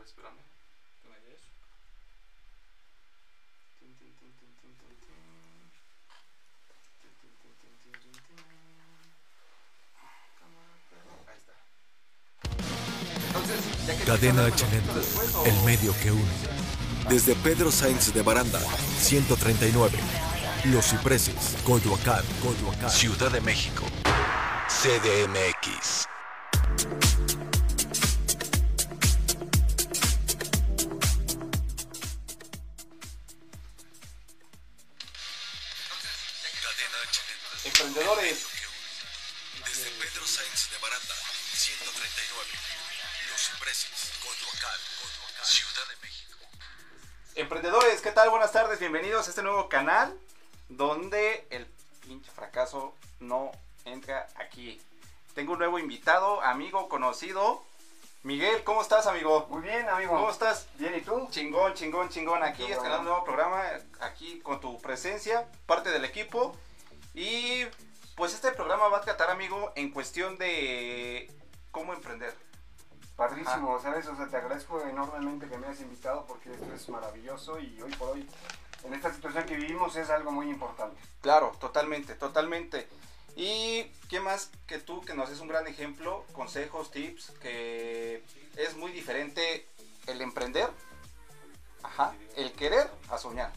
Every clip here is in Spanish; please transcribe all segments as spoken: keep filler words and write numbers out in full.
espérame. ¿Qué me es? Tin, tin, tin, tin, tin, tin, tin. Tin, tin, tin, tin, tin, tin, tin. Ahí está. Entonces, ya que Cadena empieza a H hablar, N, ¿lo después o...? el medio que une. Desde Pedro Sainz de Baranda, ciento treinta y nueve. Los Cipreses, Coyoacán, Coyoacán, Ciudad de México. C D M X. Cadena H N. Emprendedores. Desde Pedro Sainz de Baranda, ciento treinta y nueve. Los Cipreses, Coyoacán, Coyoacán, Ciudad de México. Emprendedores, ¿qué tal? Buenas tardes, bienvenidos a este nuevo canal donde el pinche fracaso no entra aquí. Tengo un nuevo invitado, amigo, conocido. Miguel, ¿cómo estás, amigo? Muy bien, amigo. ¿Cómo estás? Bien, ¿y tú? Chingón, chingón, chingón. Aquí Qué estrenando un bueno. nuevo programa, aquí con tu presencia, parte del equipo. Y pues este programa va a tratar, amigo, en cuestión de cómo emprender. Padrísimo, ¿sabes? O sea, te agradezco enormemente que me hayas invitado porque esto es maravilloso y hoy por hoy, en esta situación que vivimos, es algo muy importante. Claro, totalmente, totalmente. Y qué más que tú, que nos es un gran ejemplo, consejos, tips, que es muy diferente el emprender, ajá, el querer a soñar.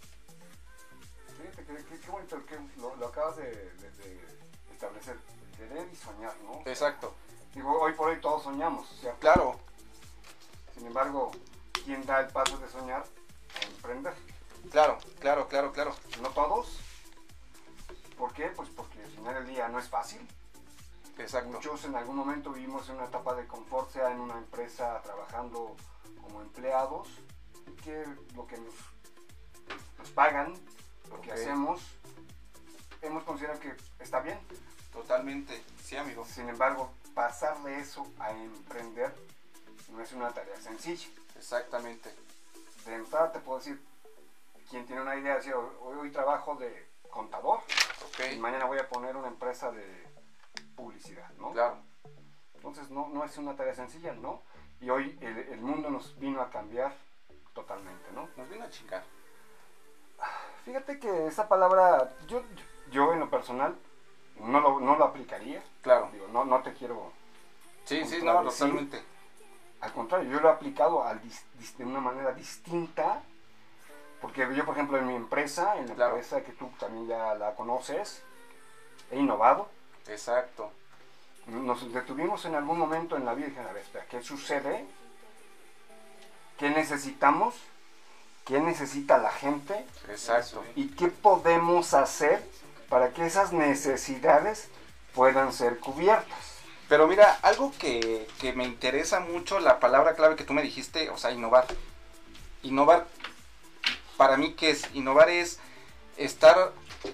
Fíjate, qué, qué, qué bonito que lo, lo acabas de, de, de establecer, querer y soñar, ¿no? Exacto. Digo, hoy por hoy todos soñamos, ¿cierto? Claro, Sin embargo, ¿quién da el paso de soñar a emprender? claro, claro, claro, claro. No todos. ¿Por qué? Pues porque al final del día no es fácil. Exacto. Muchos en algún momento vivimos en una etapa de confort, sea en una empresa trabajando como empleados, que lo que nos, nos pagan, lo que Ok. hacemos, hemos considerado que está bien. Totalmente, sí, amigo. Sin embargo, pasar de eso a emprender no es una tarea sencilla. Exactamente. De entrada te puedo decir, quien tiene una idea, decir, hoy, hoy trabajo de contador, Ok, y mañana voy a poner una empresa de publicidad, ¿no? claro. Entonces no, no es una tarea sencilla, ¿no? Y hoy el, el mundo nos vino a cambiar totalmente, ¿no? Nos vino a chingar. Fíjate que esa palabra, yo, yo en lo personal no lo, no lo aplicaría. Claro. Digo, no, no te quiero... Sí, sí, no, contradecir. totalmente. Al contrario, yo lo he aplicado al dis- dis- de una manera distinta. Porque yo, por ejemplo, en mi empresa, en la Claro. empresa que tú también ya la conoces, he innovado. Exacto. Nos detuvimos en algún momento en la vida y dije, a ver, espera, ¿qué sucede? ¿Qué necesitamos? ¿Qué necesita la gente? Exacto. ¿Y qué podemos hacer para que esas necesidades puedan ser cubiertas? Pero mira, algo que, que me interesa mucho, la palabra clave que tú me dijiste, o sea, innovar. Innovar, para mí, ¿qué es? Innovar es estar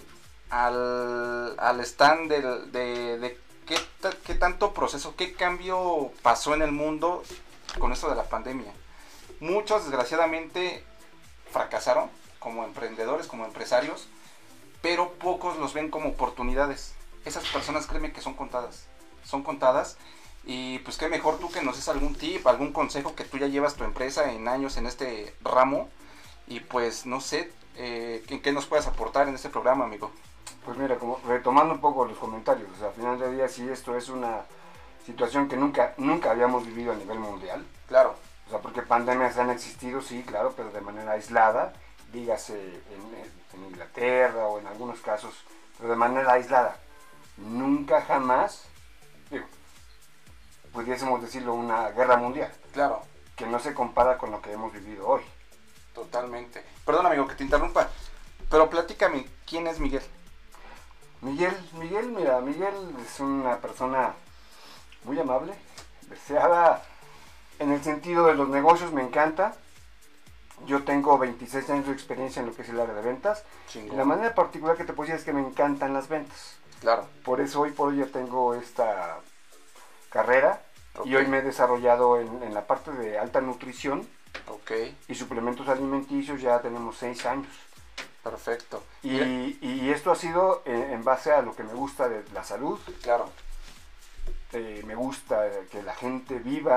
al, al stand del, de, de qué, ta- qué tanto proceso, qué cambio pasó en el mundo con esto de la pandemia. Muchos, desgraciadamente, fracasaron como emprendedores, como empresarios, pero pocos los ven como oportunidades. Esas personas, créeme que son contadas. Son contadas y pues qué mejor tú que nos des algún tip, algún consejo, que tú ya llevas tu empresa en años en este ramo y pues no sé, eh, ¿qué, qué nos puedes aportar en este programa, amigo? Pues mira, como retomando un poco los comentarios, o sea, al final del día sí esto es una situación que nunca, nunca habíamos vivido a nivel mundial. Claro, O sea, porque pandemias han existido, sí, claro, pero de manera aislada, dígase en, en Inglaterra o en algunos casos, pero de manera aislada. Nunca jamás, digo, pudiésemos decirlo, una guerra mundial, claro, que no se compara con lo que hemos vivido hoy. totalmente. Perdón, amigo, que te interrumpa, pero platícame, ¿quién es Miguel? Miguel, Miguel, mira, Miguel es una persona muy amable, deseada en el sentido de los negocios, me encanta. Yo tengo veintiséis años de experiencia en lo que es el área de ventas. Chingón. Y la manera particular que te puedo decir es que me encantan las ventas. Claro, Por eso hoy por hoy ya tengo esta carrera. Ok. Y hoy me he desarrollado en, en la parte de alta nutrición ok, y suplementos alimenticios. Ya tenemos seis años. perfecto. Y, y esto ha sido en, en base a lo que me gusta de la salud. Claro, Eh, me gusta que la gente viva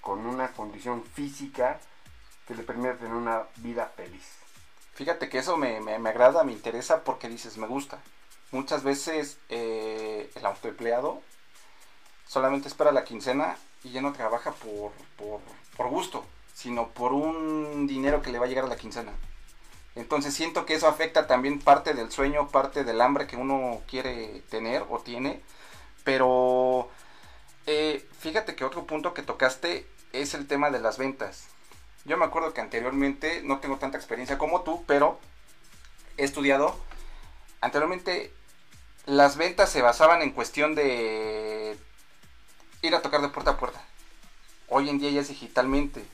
con una condición física que le permita tener una vida feliz. Fíjate que eso me, me, me agrada, me interesa porque dices, me gusta. Muchas veces eh, el autoempleado solamente espera la quincena y ya no trabaja por, por, por gusto, sino por un dinero que le va a llegar a la quincena. Entonces siento que eso afecta también parte del sueño, parte del hambre que uno quiere tener o tiene. Pero eh, fíjate que otro punto que tocaste es el tema de las ventas. Yo me acuerdo que anteriormente, no tengo tanta experiencia como tú, pero he estudiado. Anteriormente las ventas se basaban en cuestión de ir a tocar de puerta a puerta. Hoy en día ya es digitalmente.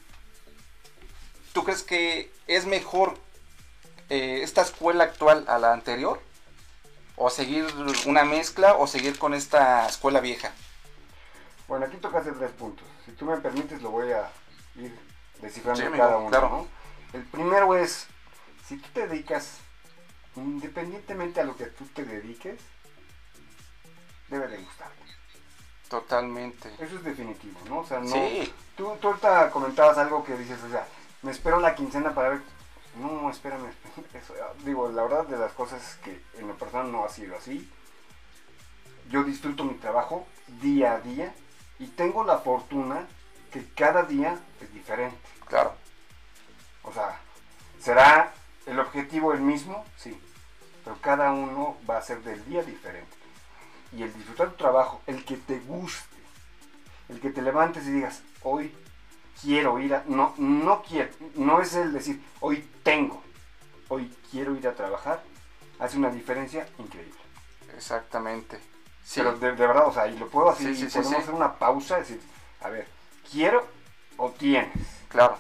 ¿Tú crees que es mejor eh, esta escuela actual a la anterior? ¿O seguir una mezcla o seguir con esta escuela vieja? Bueno, aquí tocaste tres puntos. Si tú me permites lo voy a ir descifrando Sí, cada amigo, uno, claro. ¿no? El primero es, si tú te dedicas, independientemente a lo que tú te dediques, debe de gustarte. Totalmente. Eso es definitivo, ¿no? O sea, no... Sí. Tú, tú ahorita comentabas algo que dices, o sea, me espero la quincena para ver... No, espérame, eso, digo, la verdad de las cosas es que en lo personal no ha sido así. Yo disfruto mi trabajo día a día y tengo la fortuna que cada día es diferente. Claro. O sea, ¿será el objetivo el mismo? Sí, pero cada uno va a ser del día diferente. Y el disfrutar tu trabajo, el que te guste, el que te levantes y digas, hoy quiero ir a... No, no quiero, no es el decir, hoy tengo, hoy quiero ir a trabajar, hace una diferencia increíble. Exactamente. Sí. Pero de, de verdad, o sea, y lo puedo hacer, Sí, y sí, sí, podemos sí. hacer una pausa y decir, a ver, ¿quiero o tienes? Claro,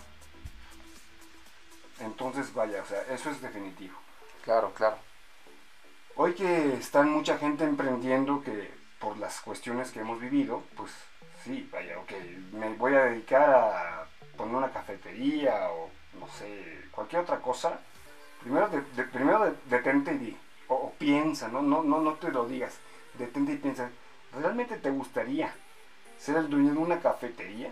Entonces, vaya, o sea, eso es definitivo. claro, claro. Hoy que están mucha gente emprendiendo que por las cuestiones que hemos vivido, pues sí, vaya, ok, me voy a dedicar a poner una cafetería o no sé, cualquier otra cosa. Primero, de, de, primero de, detente y di, o, o piensa, ¿no? No, no, no te lo digas, detente y piensa, ¿realmente te gustaría ser el dueño de una cafetería?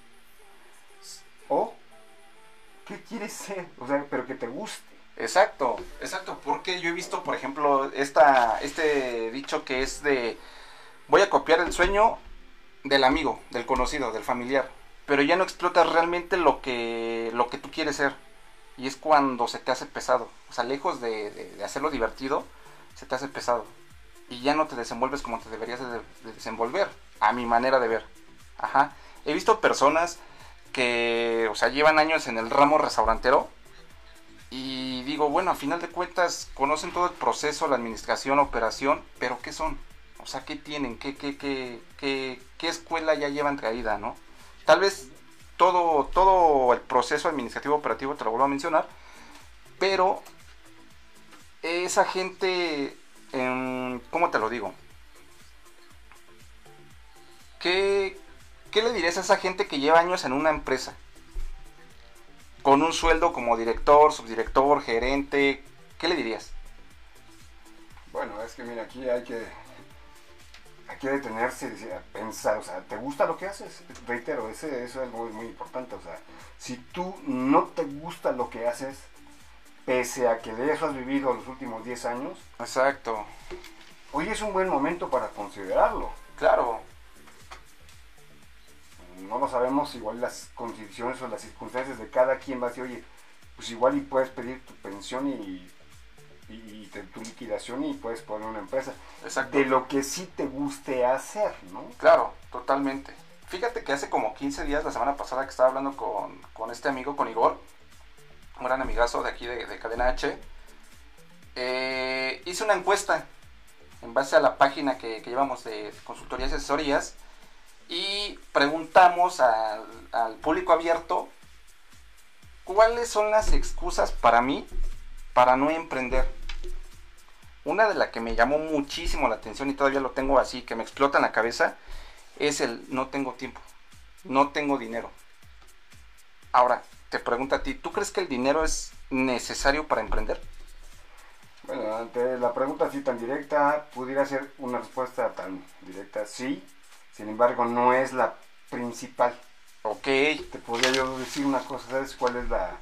¿O qué quieres ser? O sea, pero que te guste. Exacto, exacto, porque yo he visto, por ejemplo, esta, este dicho que es de, voy a copiar el sueño del amigo, del conocido, del familiar, pero ya no explotas realmente lo que, lo que tú quieres ser, y es cuando se te hace pesado, o sea, lejos de, de, de hacerlo divertido, se te hace pesado, y ya no te desenvuelves como te deberías de, de desenvolver, a mi manera de ver. Ajá, he visto personas que, o sea, llevan años en el ramo restaurantero, y digo, bueno, a final de cuentas conocen todo el proceso, la administración, la operación, pero ¿qué son? O sea, ¿qué tienen? ¿Qué, qué, qué, qué, qué escuela ya llevan traída, no? Tal vez todo, todo el proceso administrativo operativo te lo vuelvo a mencionar, pero esa gente, eh, ¿cómo te lo digo? ¿Qué, ¿Qué le dirías a esa gente que lleva años en una empresa? Con un sueldo como director, subdirector, gerente, ¿qué le dirías? Bueno, es que mira, aquí hay que hay que detenerse y a pensar, o sea, ¿te gusta lo que haces? Reitero, ese, eso es algo muy importante, o sea, si tú no te gusta lo que haces, pese a que de eso has vivido los últimos diez años, Exacto. hoy es un buen momento para considerarlo. Claro. No lo sabemos, igual las condiciones o las circunstancias de cada quien va a decir, oye, pues igual y puedes pedir tu pensión y, y, y te, tu liquidación y puedes poner una empresa. Exacto. De lo que sí te guste hacer, ¿no? Claro, totalmente. Fíjate que hace como quince días, la semana pasada, que estaba hablando con, con este amigo, con Igor, un gran amigazo de aquí de, de Cadena H, eh, hice una encuesta en base a la página que, que llevamos de consultorías y asesorías, y preguntamos al, al público abierto cuáles son las excusas para mí para no emprender. Una de las que me llamó muchísimo la atención y todavía lo tengo así, que me explota en la cabeza, es el no tengo tiempo, no tengo dinero. Ahora, te pregunto a ti, ¿tú crees que el dinero es necesario para emprender? Bueno, ante la pregunta así tan directa, pudiera ser una respuesta tan directa, sí. Sin embargo, no es la principal. Ok. Te podría yo decir una cosa, ¿sabes cuál es la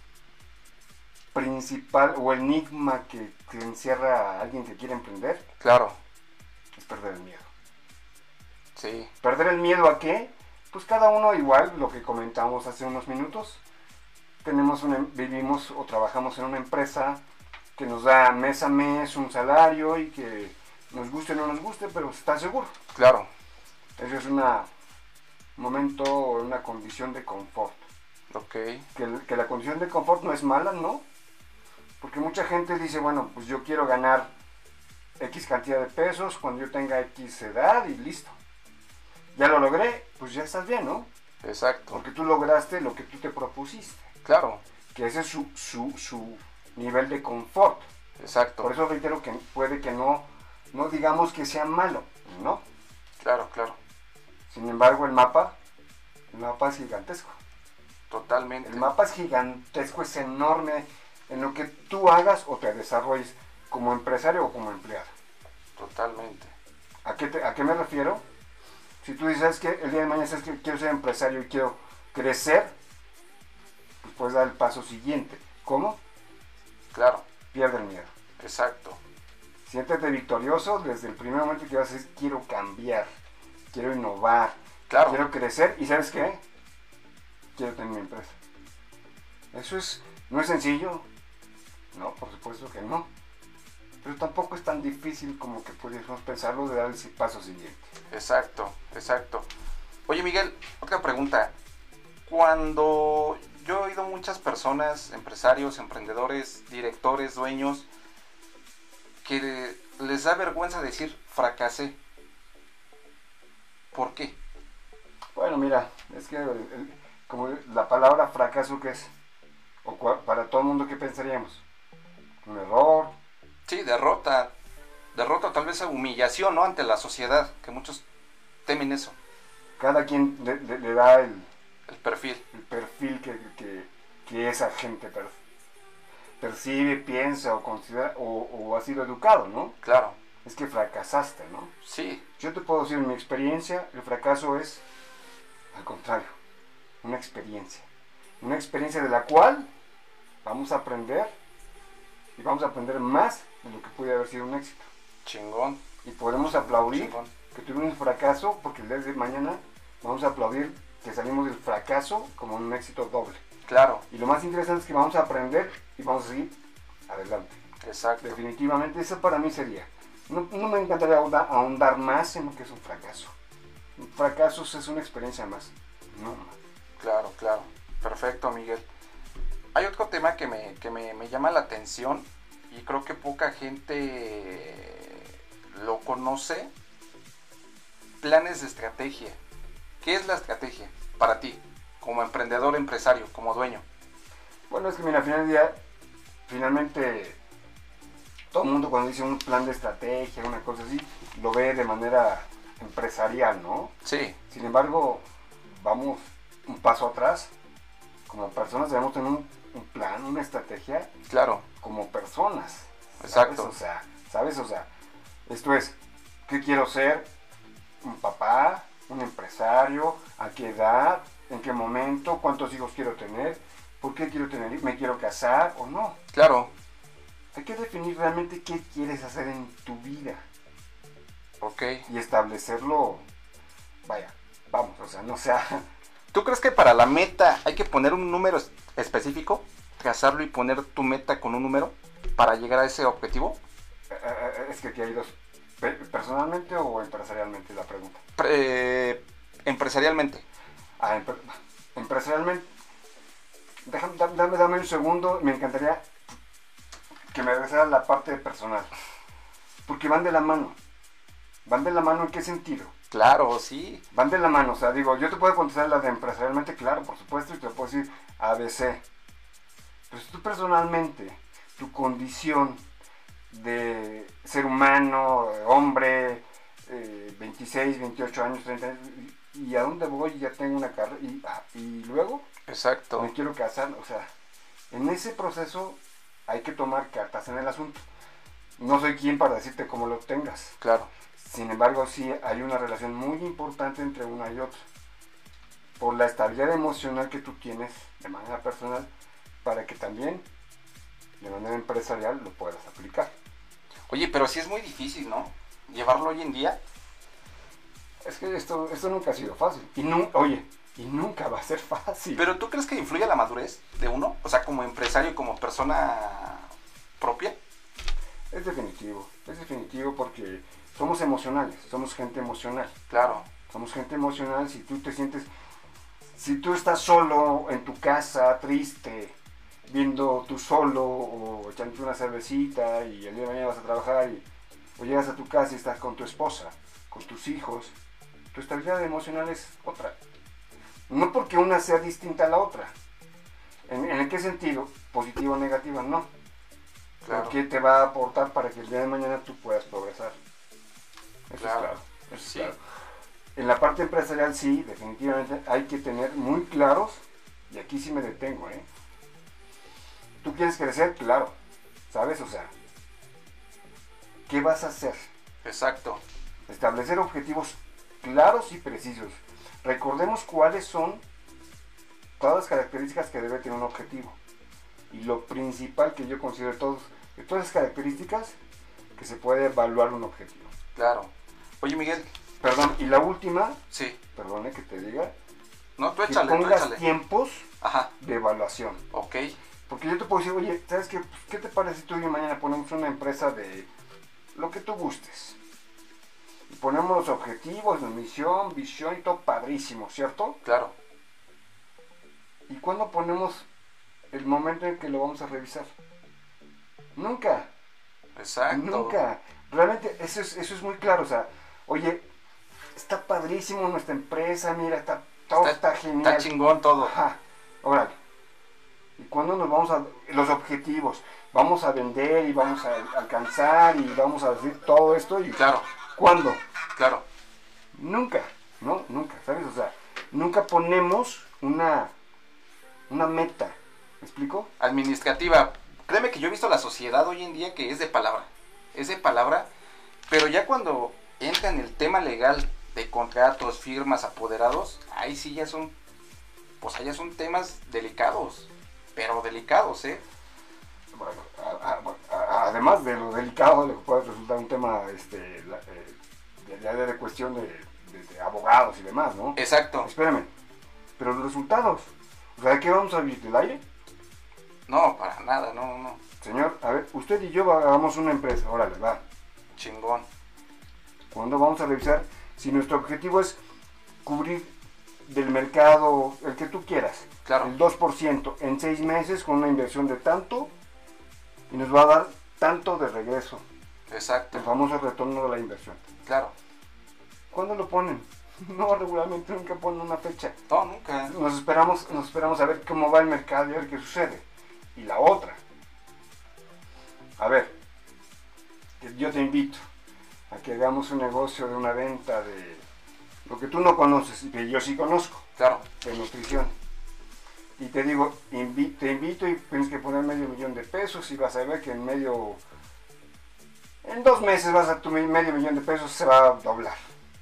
principal o enigma que, que encierra a alguien que quiere emprender? Claro. Es perder el miedo. Sí. ¿Perder el miedo a qué? Pues cada uno igual, lo que comentamos hace unos minutos. Tenemos una, vivimos o trabajamos en una empresa que nos da mes a mes un salario y que nos guste o no nos guste, pero está seguro. Claro. Eso es una, un momento o una condición de confort. Ok. Que, que la condición de confort no es mala, ¿no? Porque mucha gente dice, bueno, pues yo quiero ganar X cantidad de pesos cuando yo tenga X edad y listo. Ya lo logré, pues ya estás bien, ¿no? Exacto. Porque tú lograste lo que tú te propusiste. Claro. Que ese es su, su, su nivel de confort. Exacto. Por eso reitero que puede que no, no digamos que sea malo, ¿no? Claro, claro. Sin embargo, el mapa, el mapa es gigantesco. Totalmente. El mapa es gigantesco, es enorme en lo que tú hagas o te desarrolles como empresario o como empleado. Totalmente. ¿A qué, te, a qué me refiero? Si tú dices que el día de mañana sabes que quiero ser empresario y quiero crecer, pues puedes dar el paso siguiente. ¿Cómo? Claro. Pierde el miedo. Exacto. Siéntete victorioso desde el primer momento que vas a decir, quiero cambiar, quiero innovar, claro. quiero crecer y ¿sabes qué? Quiero tener mi empresa. Eso es, no es sencillo, no, por supuesto que no, pero tampoco es tan difícil como que pudiésemos pensarlo de dar el paso siguiente. Exacto, exacto. Oye Miguel, otra pregunta. Cuando yo he oído muchas personas, empresarios, emprendedores, directores, dueños, que les da vergüenza decir fracasé. ¿Por qué? Bueno, mira, es que el, el, como la palabra fracaso, ¿qué es? O cual, para todo el mundo, ¿qué pensaríamos? Un error. Sí, derrota. Derrota, tal vez humillación, ¿no? Ante la sociedad, que muchos temen eso. Cada quien le, le, le da el, el perfil. El perfil que, que, que esa gente per, percibe, piensa o considera o, o ha sido educado, ¿no? Claro. Es que fracasaste, ¿no? Sí. Yo te puedo decir, en mi experiencia, el fracaso es, al contrario, una experiencia. Una experiencia de la cual vamos a aprender y vamos a aprender más de lo que puede haber sido un éxito. Chingón. Y podemos aplaudir Chingón. que tuvimos un fracaso porque el día de mañana vamos a aplaudir que salimos del fracaso como un éxito doble. Claro. Y lo más interesante es que vamos a aprender y vamos a seguir adelante. Exacto. Definitivamente eso para mí sería. No, no me encantaría ahondar, ahondar más en lo que es un fracaso. Un fracaso es una experiencia más, no más. Claro, claro. Perfecto, Miguel. Hay otro tema que me, que me, me llama la atención y creo que poca gente lo conoce. Planes de estrategia. ¿Qué es la estrategia para ti, como emprendedor, empresario, como dueño? Bueno, es que mira, al final del día, finalmente, todo el mundo cuando dice un plan de estrategia, una cosa así, lo ve de manera empresarial, ¿no? Sí. Sin embargo, vamos un paso atrás. Como personas debemos tener un, un plan, una estrategia. Claro. Como personas. Exacto. ¿Sabes? O sea, ¿sabes? O sea, esto es, ¿qué quiero ser? ¿Un papá? ¿Un empresario? ¿A qué edad? ¿En qué momento? ¿Cuántos hijos quiero tener? ¿Por qué quiero tener? ¿Me quiero casar o no? Claro. Hay que definir realmente qué quieres hacer en tu vida. Ok. Y establecerlo, vaya, vamos, o sea, no sea... ¿Tú crees que para la meta hay que poner un número específico? Trazarlo y poner tu meta con un número para llegar a ese objetivo? Es que aquí hay dos. ¿Personalmente o empresarialmente la pregunta? Pre- empresarialmente. Ah, empre- empresarialmente. Déjame, dame, dame un segundo. Me encantaría que me regresara la parte personal. Porque van de la mano. ¿Van de la mano en qué sentido? Claro, sí. Van de la mano. O sea, digo, yo te puedo contestar la de empresarialmente, claro, por supuesto, y te puedo decir A B C. Pero si tú personalmente, tu condición de ser humano, hombre, eh, veintiséis, veintiocho años, treinta años, y, y a dónde voy, ya tengo una carrera, y, y luego Exacto. me quiero casar, o sea, en ese proceso hay que tomar cartas en el asunto. No soy quien para decirte cómo lo tengas. Claro. Sin embargo, sí hay una relación muy importante entre una y otra. por la estabilidad emocional que tú tienes de manera personal, para que también de manera empresarial lo puedas aplicar. Oye, pero sí es muy difícil, ¿no? Llevarlo hoy en día. Es que esto, esto nunca ha sido fácil. Y no, oye, y nunca va a ser fácil. ¿Pero tú crees que influye la madurez de uno? O sea, como empresario, como persona propia. Es definitivo, es definitivo porque somos emocionales, somos gente emocional. Claro. Somos gente emocional. Si tú te sientes, si tú estás solo en tu casa, triste, viendo tú solo o echándote una cervecita y el día de mañana vas a trabajar y, o llegas a tu casa y estás con tu esposa, con tus hijos, tu estabilidad emocional es otra. No porque una sea distinta a la otra. ¿En, en qué sentido? ¿Positiva o negativa? No. Claro. Porque te va a aportar para que el día de mañana tú puedas progresar. Eso Claro. es claro. Eso Sí. es claro. En la parte empresarial sí, definitivamente hay que tener muy claros, y aquí sí me detengo, ¿eh? ¿Tú quieres crecer? Claro. ¿Sabes? O sea, ¿qué vas a hacer? Exacto. Establecer objetivos claros y precisos. Recordemos cuáles son todas las características que debe tener un objetivo. Y lo principal que yo considero de, todos, de todas esas características que se puede evaluar un objetivo. Claro. Oye, Miguel. Perdón, y la última, Sí. perdone que te diga, No, tú que échale, tú pongas échale. tiempos Ajá. de evaluación. Ok. Porque yo te puedo decir, oye, ¿sabes qué? Pues, ¿qué te parece si tú y mañana ponemos una empresa de lo que tú gustes? Y ponemos los objetivos, la misión, visión y todo padrísimo, ¿cierto? Claro. ¿Y cuándo ponemos el momento en que lo vamos a revisar? Nunca. Exacto. Nunca. Realmente eso es, eso es muy claro. O sea, oye, está padrísimo nuestra empresa, mira, está, todo está, está genial. Está chingón todo. Ajá. Órale. ¿Y cuándo nos vamos a... los objetivos? Vamos a vender y vamos a alcanzar y vamos a decir todo esto y... Claro. ¿Cuándo? Claro. Nunca, ¿no? Nunca, ¿sabes? O sea, nunca ponemos una, una meta. ¿Me explico? Administrativa. Créeme que yo he visto la sociedad hoy en día que es de palabra. Es de palabra. Pero ya cuando entra en el tema legal de contratos, firmas, apoderados, ahí sí ya son... Pues allá son temas delicados. Pero delicados, ¿eh? Bueno, a, a, a, además de lo delicado, de lo que puede resultar un tema este, la, eh, de, de, de cuestión de, de, de abogados y demás, ¿no? Exacto. Espérame, pero los resultados, o sea, ¿de qué vamos a vivir? ¿Del aire? No, para nada, no, no. Señor, a ver, usted y yo hagamos una empresa, órale, va. Chingón. ¿Cuándo vamos a revisar si nuestro objetivo es cubrir del mercado, el que tú quieras? Claro. El dos por ciento en seis meses con una inversión de tanto y nos va a dar tanto de regreso. Exacto. El famoso retorno de la inversión. Claro. ¿Cuándo lo ponen? No, regularmente nunca ponen una fecha. No, nunca. Nos esperamos, nos esperamos a ver cómo va el mercado y a ver qué sucede. Y la otra. A ver, yo te invito a que hagamos un negocio de una venta de lo que tú no conoces y que yo sí conozco. Claro. De nutrición. Y te digo, invi te invito y tienes que poner medio millón de pesos y vas a ver que en medio, en dos meses vas a tu medio millón de pesos se va a doblar.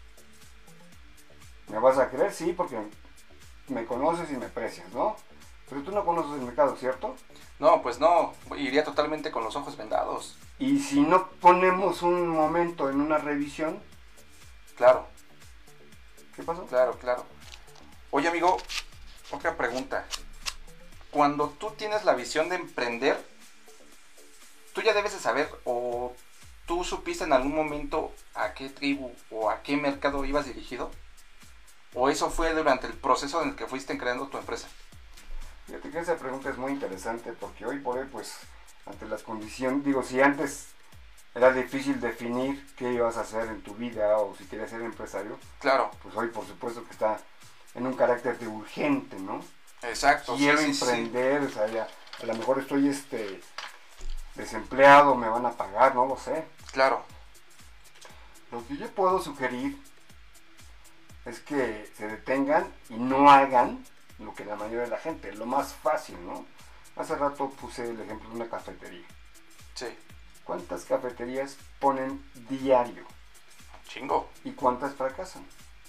¿Me vas a creer? Sí, porque me conoces y me aprecias, ¿no? Pero tú no conoces el mercado, ¿cierto? No, pues no, iría totalmente con los ojos vendados. Y si no ponemos un momento en una revisión... Claro. ¿Qué pasó? Claro, claro. Oye, amigo, otra pregunta. Cuando tú tienes la visión de emprender, tú ya debes de saber, o tú supiste en algún momento a qué tribu o a qué mercado ibas dirigido, o eso fue durante el proceso en el que fuiste creando tu empresa. Fíjate que esa pregunta es muy interesante porque hoy por hoy, pues, ante las condiciones, digo, si antes era difícil definir qué ibas a hacer en tu vida o si querías ser empresario, claro, pues hoy por supuesto que está en un carácter de urgente, ¿no? Exacto. Quiero sí, sí, emprender, sí. o sea, ya, a lo mejor estoy este desempleado, me van a pagar, no lo sé. Claro. Lo que yo puedo sugerir es que se detengan y no hagan lo que la mayoría de la gente, lo más fácil, ¿no? Hace rato puse el ejemplo de una cafetería. Sí. ¿Cuántas cafeterías ponen diario? Chingo. ¿Y cuántas fracasan?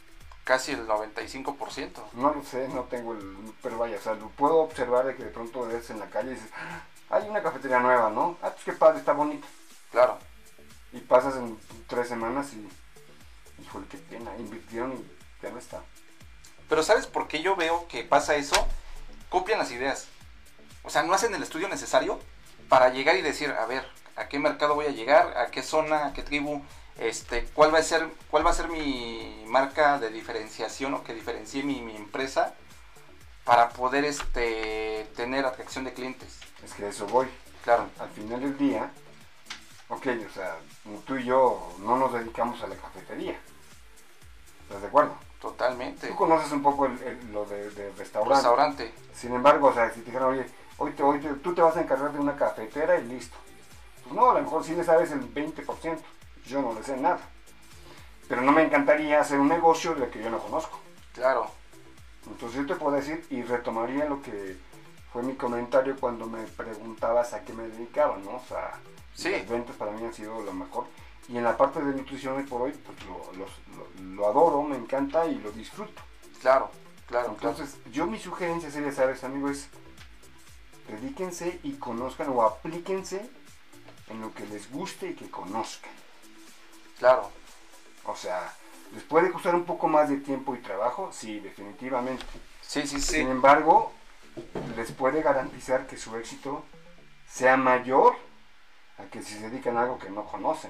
casi el noventa y cinco por ciento. No lo sé, no tengo el... Pero vaya, o sea, lo puedo observar de que de pronto ves en la calle y dices, hay una cafetería nueva, ¿no? Ah, pues qué padre, está bonita. Claro. Y pasas en tres semanas y... Híjole, qué pena, invirtieron y ya no está. Pero ¿sabes por qué yo veo que pasa eso? Copian las ideas. O sea, no hacen el estudio necesario para llegar y decir, a ver, ¿a qué mercado voy a llegar? ¿A qué zona? ¿A qué tribu? Este, ¿cuál va a ser, cuál va a ser mi marca de diferenciación o que diferencie mi, mi empresa para poder este, tener atracción de clientes? Es que a eso voy. Claro. Al final del día, ok, o sea, tú y yo no nos dedicamos a la cafetería. ¿Estás de acuerdo? Totalmente. Tú conoces un poco el, el, lo de, de restaurante. Restaurante. Sin embargo, o sea, si te dijeran, oye, hoy, te, hoy te, tú te vas a encargar de una cafetera y listo. Pues no, a lo mejor sí le sabes el veinte por ciento. Yo no le sé nada. Pero no me encantaría hacer un negocio del que yo no conozco. Claro. Entonces yo te puedo decir, y retomaría lo que fue mi comentario cuando me preguntabas a qué me dedicaba, ¿no? O sea, sí. Las ventas para mí han sido lo mejor. Y en la parte de nutrición hoy por hoy, pues lo, lo, lo, lo adoro, me encanta y lo disfruto. Claro, claro. Entonces, claro. yo mi sugerencia sería, ¿sabes, amigo? Es dedíquense y conozcan o aplíquense en lo que les guste y que conozcan. Claro. O sea, ¿les puede costar un poco más de tiempo y trabajo? Sí, definitivamente. Sí, sí, sí. Sin embargo, les puede garantizar que su éxito sea mayor a que si se dedican a algo que no conocen.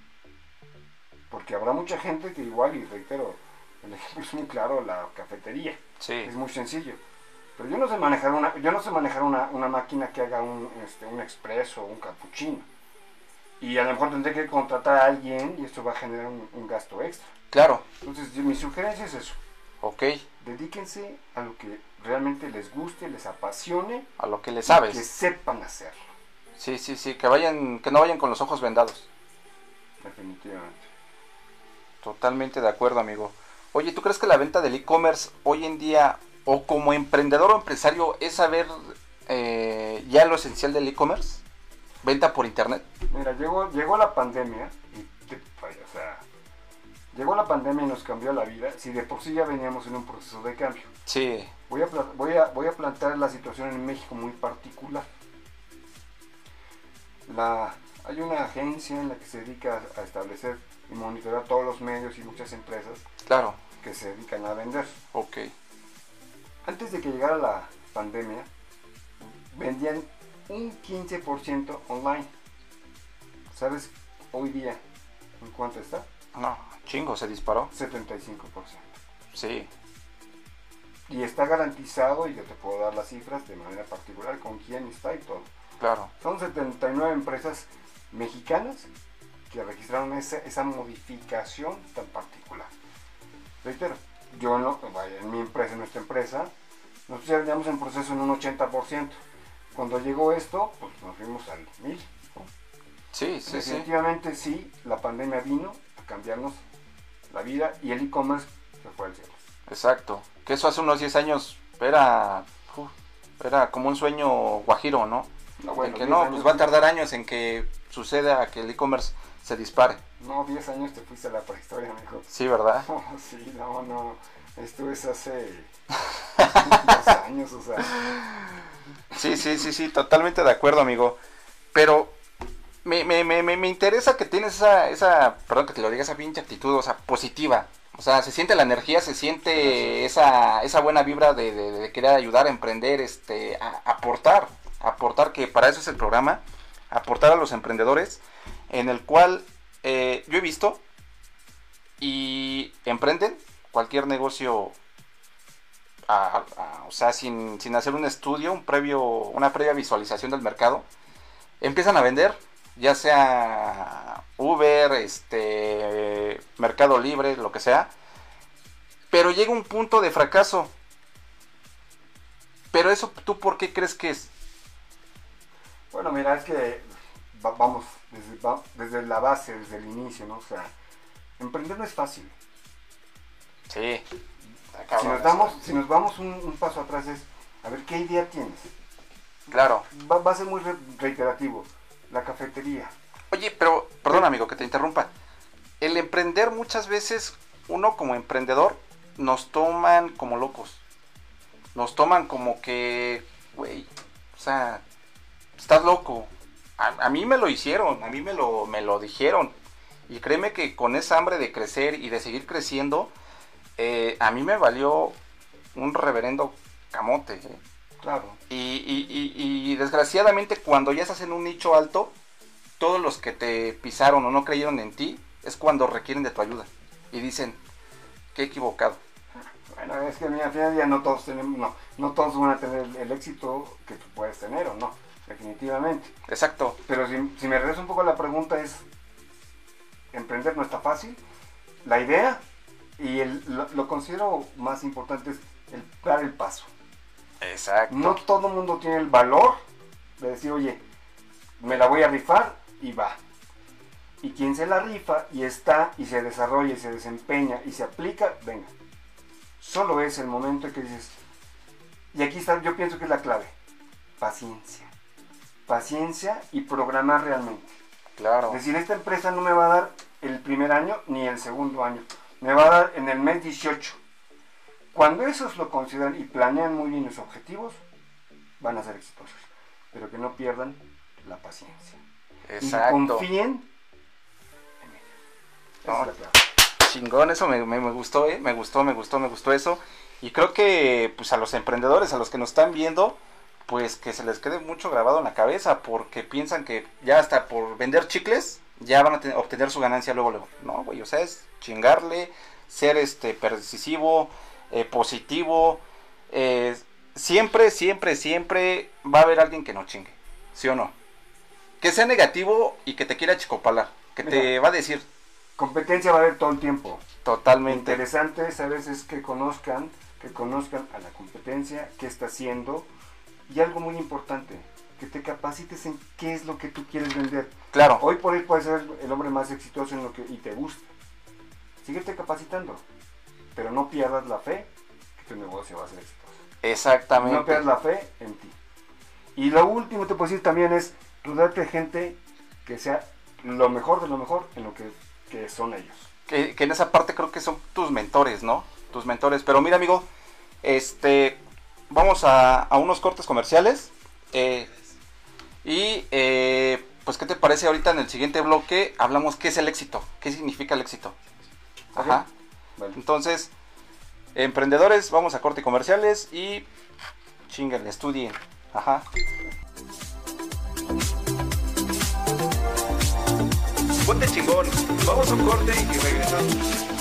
Porque habrá mucha gente que igual, y reitero, el ejemplo es muy claro, la cafetería. Sí. Es muy sencillo. Pero yo no sé manejar una, yo no sé manejar una, una máquina que haga un, este, un expreso o un cappuccino. Y a lo mejor tendré que contratar a alguien y esto va a generar un, un gasto extra. Claro. Entonces, yo, mi sugerencia es eso. Ok. Dedíquense a lo que realmente les guste, les apasione. A lo que les sabes. Que sepan hacerlo. Sí, sí, sí. Que vayan, que no vayan con los ojos vendados. Definitivamente. Totalmente de acuerdo, amigo. Oye, ¿tú crees que la venta del e-commerce hoy en día, o como emprendedor o empresario, es saber eh, ya lo esencial del e-commerce? ¿Venta por internet? Mira, llegó, llegó la pandemia y, te, o sea, llegó la pandemia y nos cambió la vida. Si de por sí ya veníamos en un proceso de cambio. Sí. Voy a, voy a, voy a plantear la situación en México muy particular. La, hay una agencia en la que se dedica a establecer y monitorear todos los medios y muchas empresas. Claro. Que se dedican a vender. Ok. Antes de que llegara la pandemia, vendían un quince por ciento online. ¿Sabes hoy día en cuánto está? No, chingo, se disparó. setenta y cinco por ciento. Sí. Y está garantizado, y yo te puedo dar las cifras de manera particular, con quién está y todo. Claro. Son setenta y nueve empresas mexicanas que registraron esa, esa modificación tan particular. Reitero, yo no, vaya, en mi empresa, en nuestra empresa, nosotros ya veníamos en proceso en un ochenta por ciento. Cuando llegó esto, pues nos fuimos al mil. Sí, sí, Definitivamente sí. sí, la pandemia vino a cambiarnos la vida y el e-commerce se fue al cielo. Exacto. Que eso hace unos diez años era, uh, era como un sueño guajiro, ¿no? No, bueno, en que no, pues va a tardar años en que suceda que el e-commerce se dispare. No, diez años te fuiste a la prehistoria, mejor. Sí, ¿verdad? Oh, sí, no, no. Esto es hace dos años, o sea. Sí, sí, sí, sí, totalmente de acuerdo, amigo. Pero me, me, me, me interesa que tienes esa, esa, perdón que te lo diga, esa pinche actitud, o sea, positiva. O sea, se siente la energía, se siente esa, esa buena vibra de, de, de querer ayudar a emprender, este, a, aportar, aportar, que para eso es el programa, aportar a los emprendedores, en el cual eh, yo he visto y emprenden cualquier negocio, a, a, o sea, sin, sin hacer un estudio, un previo, una previa visualización del mercado, empiezan a vender, ya sea Uber, este, Mercado Libre, lo que sea, pero llega un punto de fracaso. Pero eso, ¿tú por qué crees que es? Bueno, mira, es que va, vamos desde, va, desde la base, desde el inicio, ¿no? O sea, emprender no es fácil. Sí. Si nos, damos, si nos vamos un, un paso atrás es, a ver, ¿qué idea tienes? Claro. Va, va a ser muy re reiterativo. La cafetería. Oye, pero, perdón amigo que te interrumpa. El emprender muchas veces, uno como emprendedor, nos toman como locos. Nos toman como que, güey, o sea, estás loco. A, a mí me lo hicieron, a mí me lo, me lo dijeron. Y créeme que con esa hambre de crecer y de seguir creciendo, eh, a mí me valió un reverendo camote. ¿eh? Claro. Y, y, y, y desgraciadamente cuando ya estás en un nicho alto, todos los que te pisaron o no creyeron en ti, es cuando requieren de tu ayuda. Y dicen, qué equivocado. Bueno, es que mira, al final del día no todos tenemos, no, no todos van a tener el éxito que tú puedes tener o no, definitivamente. Exacto. Pero si, si me regreso un poco a la pregunta es, emprender no está fácil. La idea y el, lo, lo considero más importante es el dar el paso. Exacto. No todo el mundo tiene el valor de decir, oye, me la voy a rifar y va. Y quien se la rifa y está y se desarrolla y se desempeña y se aplica, venga. Solo es el momento en que dices, y aquí está, yo pienso que es la clave, paciencia. Paciencia y programar realmente. Claro. Es decir, esta empresa no me va a dar el primer año ni el segundo año, me va a dar en el mes dieciocho. Cuando esos lo consideran y planean muy bien los objetivos, van a ser exitosos, pero que no pierdan la paciencia. Exacto. Y confíen en ellos. No, es chingón, eso me, me, me gustó, ¿eh? me gustó, me gustó, me gustó eso. Y creo que pues a los emprendedores, a los que nos están viendo, pues que se les quede mucho grabado en la cabeza, porque piensan que ya hasta por vender chicles, ya van a tener, obtener su ganancia luego, luego. No, güey, o sea, es chingarle, ser este persuasivo, eh, positivo, eh, siempre, siempre, siempre va a haber alguien que no chingue, ¿sí o no? Que sea negativo y que te quiera chicopalar, que Mira, te va a decir. Competencia va a haber todo el tiempo. Totalmente. Interesante es a veces que conozcan, que conozcan a la competencia, qué está haciendo, y algo muy importante, que te capacites en qué es lo que tú quieres vender. Claro. Hoy por hoy puedes ser el hombre más exitoso en lo que y te gusta. Síguete capacitando, pero no pierdas la fe que tu negocio va a ser exitoso. Exactamente. No pierdas la fe en ti. Y lo último te puedo decir también es rodearte de gente que sea lo mejor de lo mejor en lo que, que son ellos. Que, que en esa parte creo que son tus mentores, ¿no? Tus mentores. Pero mira, amigo, este, vamos a, a unos cortes comerciales. Eh, y eh, pues, ¿qué te parece ahorita en el siguiente bloque? Hablamos qué es el éxito, qué significa el éxito. Ajá. Vale. Entonces, emprendedores, vamos a corte comerciales y chinguen, estudien. Ajá. Ponte chingón, vamos a un corte y regresamos.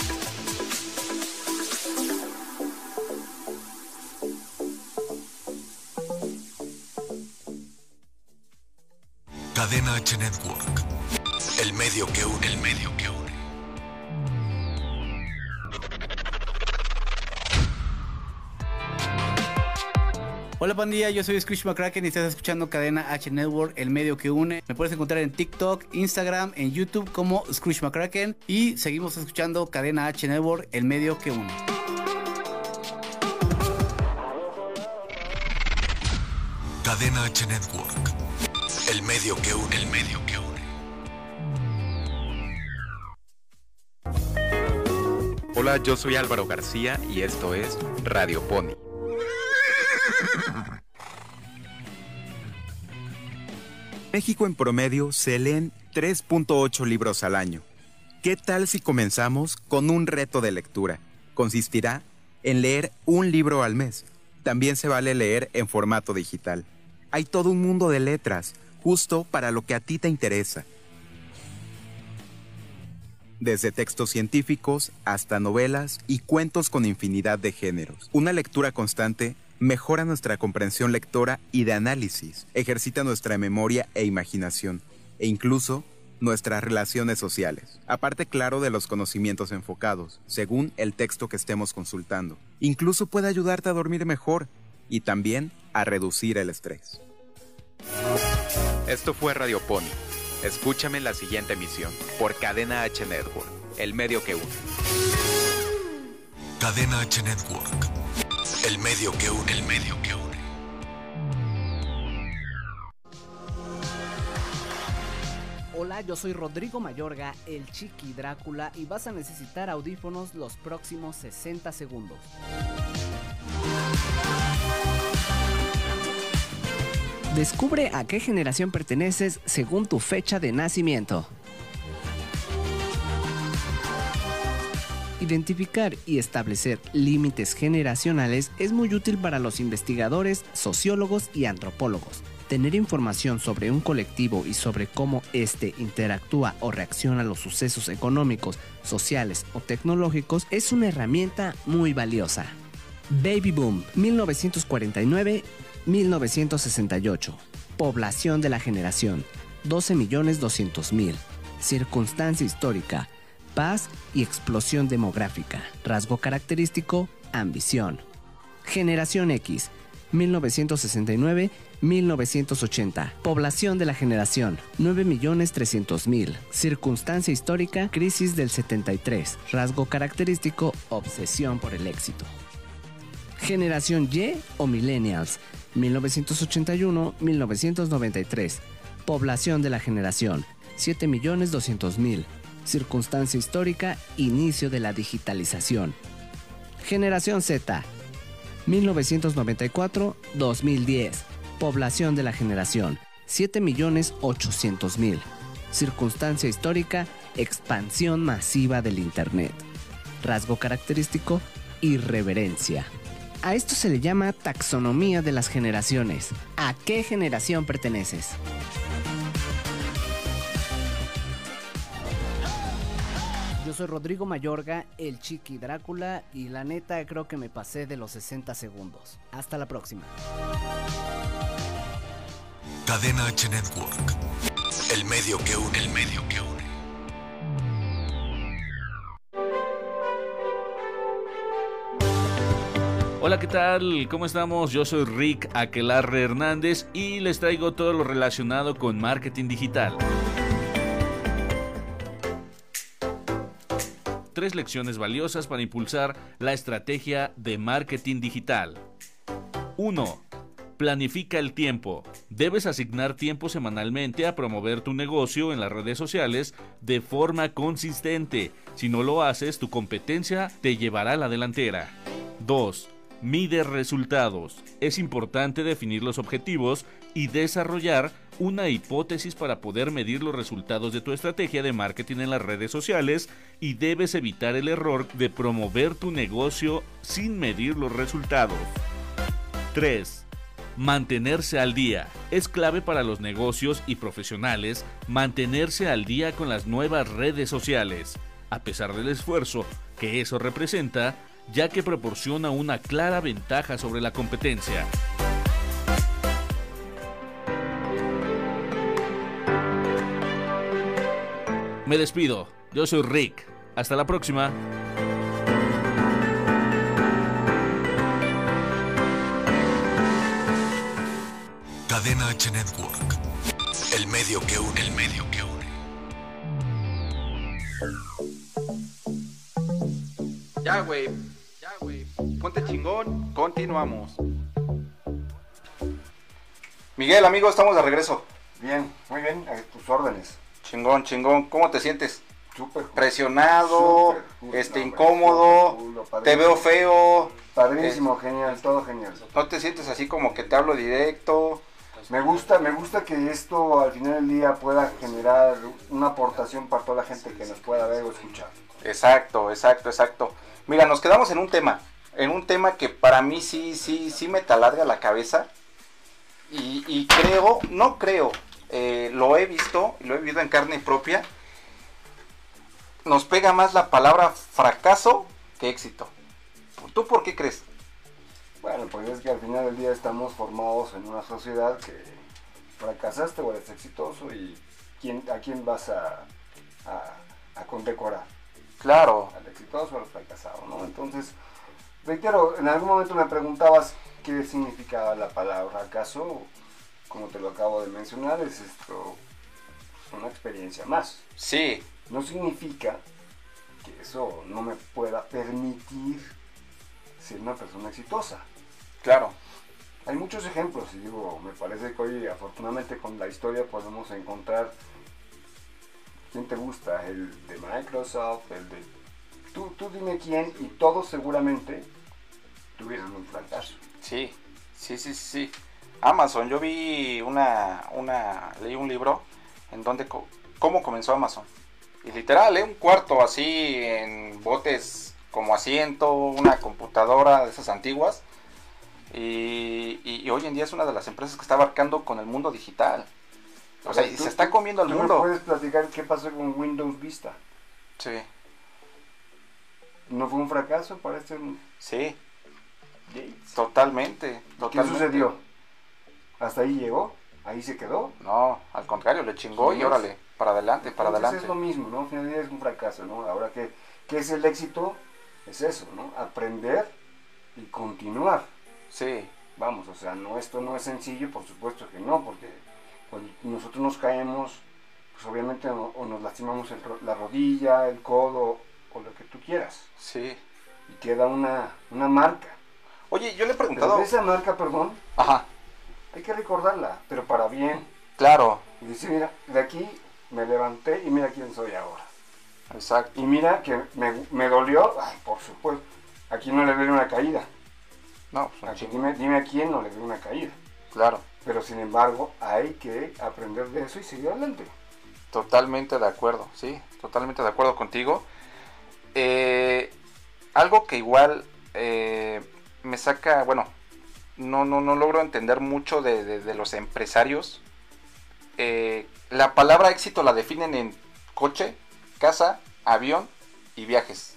Cadena H Network, el medio que une, el medio que une. Hola pandilla, yo soy Screech McCracken y estás escuchando Cadena H Network, el medio que une. Me puedes encontrar en TikTok, Instagram, en YouTube como Screech McCracken y seguimos escuchando Cadena H Network, el medio que une. Cadena H Network, el medio que une, el medio que une. Hola, yo soy Álvaro García y esto es Radio Pony. México en promedio se leen tres punto ocho libros al año. ¿Qué tal si comenzamos con un reto de lectura? Consistirá en leer un libro al mes. También se vale leer en formato digital. Hay todo un mundo de letras, justo para lo que a ti te interesa. Desde textos científicos hasta novelas y cuentos con infinidad de géneros. Una lectura constante mejora nuestra comprensión lectora y de análisis, ejercita nuestra memoria e imaginación, e incluso nuestras relaciones sociales. Aparte, claro, de los conocimientos enfocados, según el texto que estemos consultando. Incluso puede ayudarte a dormir mejor y también a reducir el estrés. Esto fue Radio Pony. Escúchame en la siguiente emisión por Cadena H Network, el medio que une. Cadena H Network, el medio que une, el medio que une. Hola Hola, yo soy Rodrigo Mayorga, el Chiqui Drácula, y vas a necesitar audífonos los próximos sesenta segundos. Descubre a qué generación perteneces según tu fecha de nacimiento. Identificar y establecer límites generacionales es muy útil para los investigadores, sociólogos y antropólogos. Tener información sobre un colectivo y sobre cómo éste interactúa o reacciona a los sucesos económicos, sociales o tecnológicos es una herramienta muy valiosa. Baby Boom, mil novecientos cuarenta y nueve a mil novecientos sesenta y ocho. Población de la generación, doce millones doscientos mil. Circunstancia histórica, paz y explosión demográfica. Rasgo característico, ambición. Generación X, mil novecientos sesenta y nueve a mil novecientos ochenta. Población de la generación, nueve millones trescientos mil. Circunstancia histórica, crisis del setenta y tres. Rasgo característico, obsesión por el éxito. Generación Y o Millennials, mil novecientos ochenta y uno a mil novecientos noventa y tres. Población de la generación, siete millones doscientos mil. Circunstancia histórica, inicio de la digitalización. Generación Z, mil novecientos noventa y cuatro a dos mil diez. Población de la generación, siete millones ochocientos mil. Circunstancia histórica, expansión masiva del Internet. Rasgo característico, irreverencia. A esto se le llama taxonomía de las generaciones. ¿A qué generación perteneces? Yo soy Rodrigo Mayorga, el Chiqui Drácula, y la neta creo que me pasé de los sesenta segundos. Hasta la próxima. Cadena H Network. El medio que une, el medio que une. Hola, ¿qué tal? ¿Cómo estamos? Yo soy Rick Aquelarre Hernández y les traigo todo lo relacionado con marketing digital. Tres lecciones valiosas para impulsar la estrategia de marketing digital. uno. Planifica el tiempo. Debes asignar tiempo semanalmente a promover tu negocio en las redes sociales de forma consistente. Si no lo haces, tu competencia te llevará a la delantera. dos. Mide resultados. Es importante definir los objetivos y desarrollar una hipótesis para poder medir los resultados de tu estrategia de marketing en las redes sociales, y debes evitar el error de promover tu negocio sin medir los resultados. tres. Mantenerse al día. Es clave para los negocios y profesionales mantenerse al día con las nuevas redes sociales, a pesar del esfuerzo que eso representa, ya que proporciona una clara ventaja sobre la competencia. Me despido, yo soy Rick, hasta la próxima. Cadena H Network. El medio que une, el medio que une. Ya, güey. Ya, güey. Ponte chingón. Continuamos. Miguel, amigo, estamos de regreso. Bien, muy bien, a tus órdenes. Chingón, chingón. ¿Cómo te sientes? Súper. Presionado, Súper cool, este, no, incómodo, súper cool, te veo feo. Padrísimo, eh, genial, todo genial. No te sientes así como que te hablo directo. Me gusta, me gusta que esto al final del día pueda generar una aportación para toda la gente que nos pueda ver o escuchar. Exacto, exacto, exacto. Mira, nos quedamos en un tema, en un tema que para mí sí, sí, sí me taladra la cabeza. Y, y creo, no creo, eh, lo he visto, lo he vivido en carne propia. Nos pega más la palabra fracaso que éxito. ¿Tú por qué crees? Bueno, pues es que al final del día estamos formados en una sociedad que fracasaste o eres exitoso, y ¿quién, a quién vas a, a, a condecorar? Claro. Al exitoso o al fracasado, ¿no? Entonces, reitero, en algún momento me preguntabas qué significaba la palabra fracaso. Como te lo acabo de mencionar, es esto, es una experiencia más. Sí. No significa que eso no me pueda permitir ser una persona exitosa. Claro. Hay muchos ejemplos, y digo, me parece que hoy afortunadamente con la historia podemos encontrar ¿Quién te gusta? ¿El de Microsoft? ¿El de...? Tú, tú dime quién y todos seguramente tuvieron un fracaso. Sí, sí, sí, sí. Amazon, yo vi una, una, leí un libro en donde co- cómo comenzó Amazon. Y literal, ¿eh? Un cuarto así en botes como asiento, una computadora de esas antiguas. Y, y, y hoy en día es una de las empresas que está abarcando con el mundo digital. O sea, y tú, se está comiendo al ¿tú mundo. ¿Me puedes platicar qué pasó con Windows Vista? Sí, ¿No fue un fracaso para este sí, Gates? totalmente, ¿Qué totalmente. sucedió? ¿Hasta ahí llegó? ¿Ahí se quedó? No, al contrario, le chingó Sí, y órale, para adelante, para Entonces adelante. es lo mismo, ¿no? Al final del día es un fracaso, ¿no? Ahora, ¿qué, qué es el éxito? Es eso, ¿no? Aprender y continuar. Sí, Vamos, o sea, no, esto no es sencillo, por supuesto que no, porque cuando nosotros nos caemos, pues obviamente o, o nos lastimamos el ro- la rodilla, el codo, o lo que tú quieras, sí. y queda una, una marca. Oye, yo le he Pero preguntado... de esa marca, perdón, Ajá, hay que recordarla, pero para bien. claro, Y decir, mira, de aquí me levanté y mira quién soy ahora. exacto. Y mira que me, me dolió, ay, por supuesto, aquí no le doy una caída. No, pues un Aquí chingo. dime, dime a quién no le doy una caída. Claro, Pero sin embargo, hay que aprender de eso y seguir adelante. totalmente de acuerdo, sí, totalmente de acuerdo contigo. Eh, algo que igual eh, me saca, bueno, no, no, no logro entender mucho de, de, de los empresarios. Eh, la palabra éxito la definen en coche, casa, avión y viajes.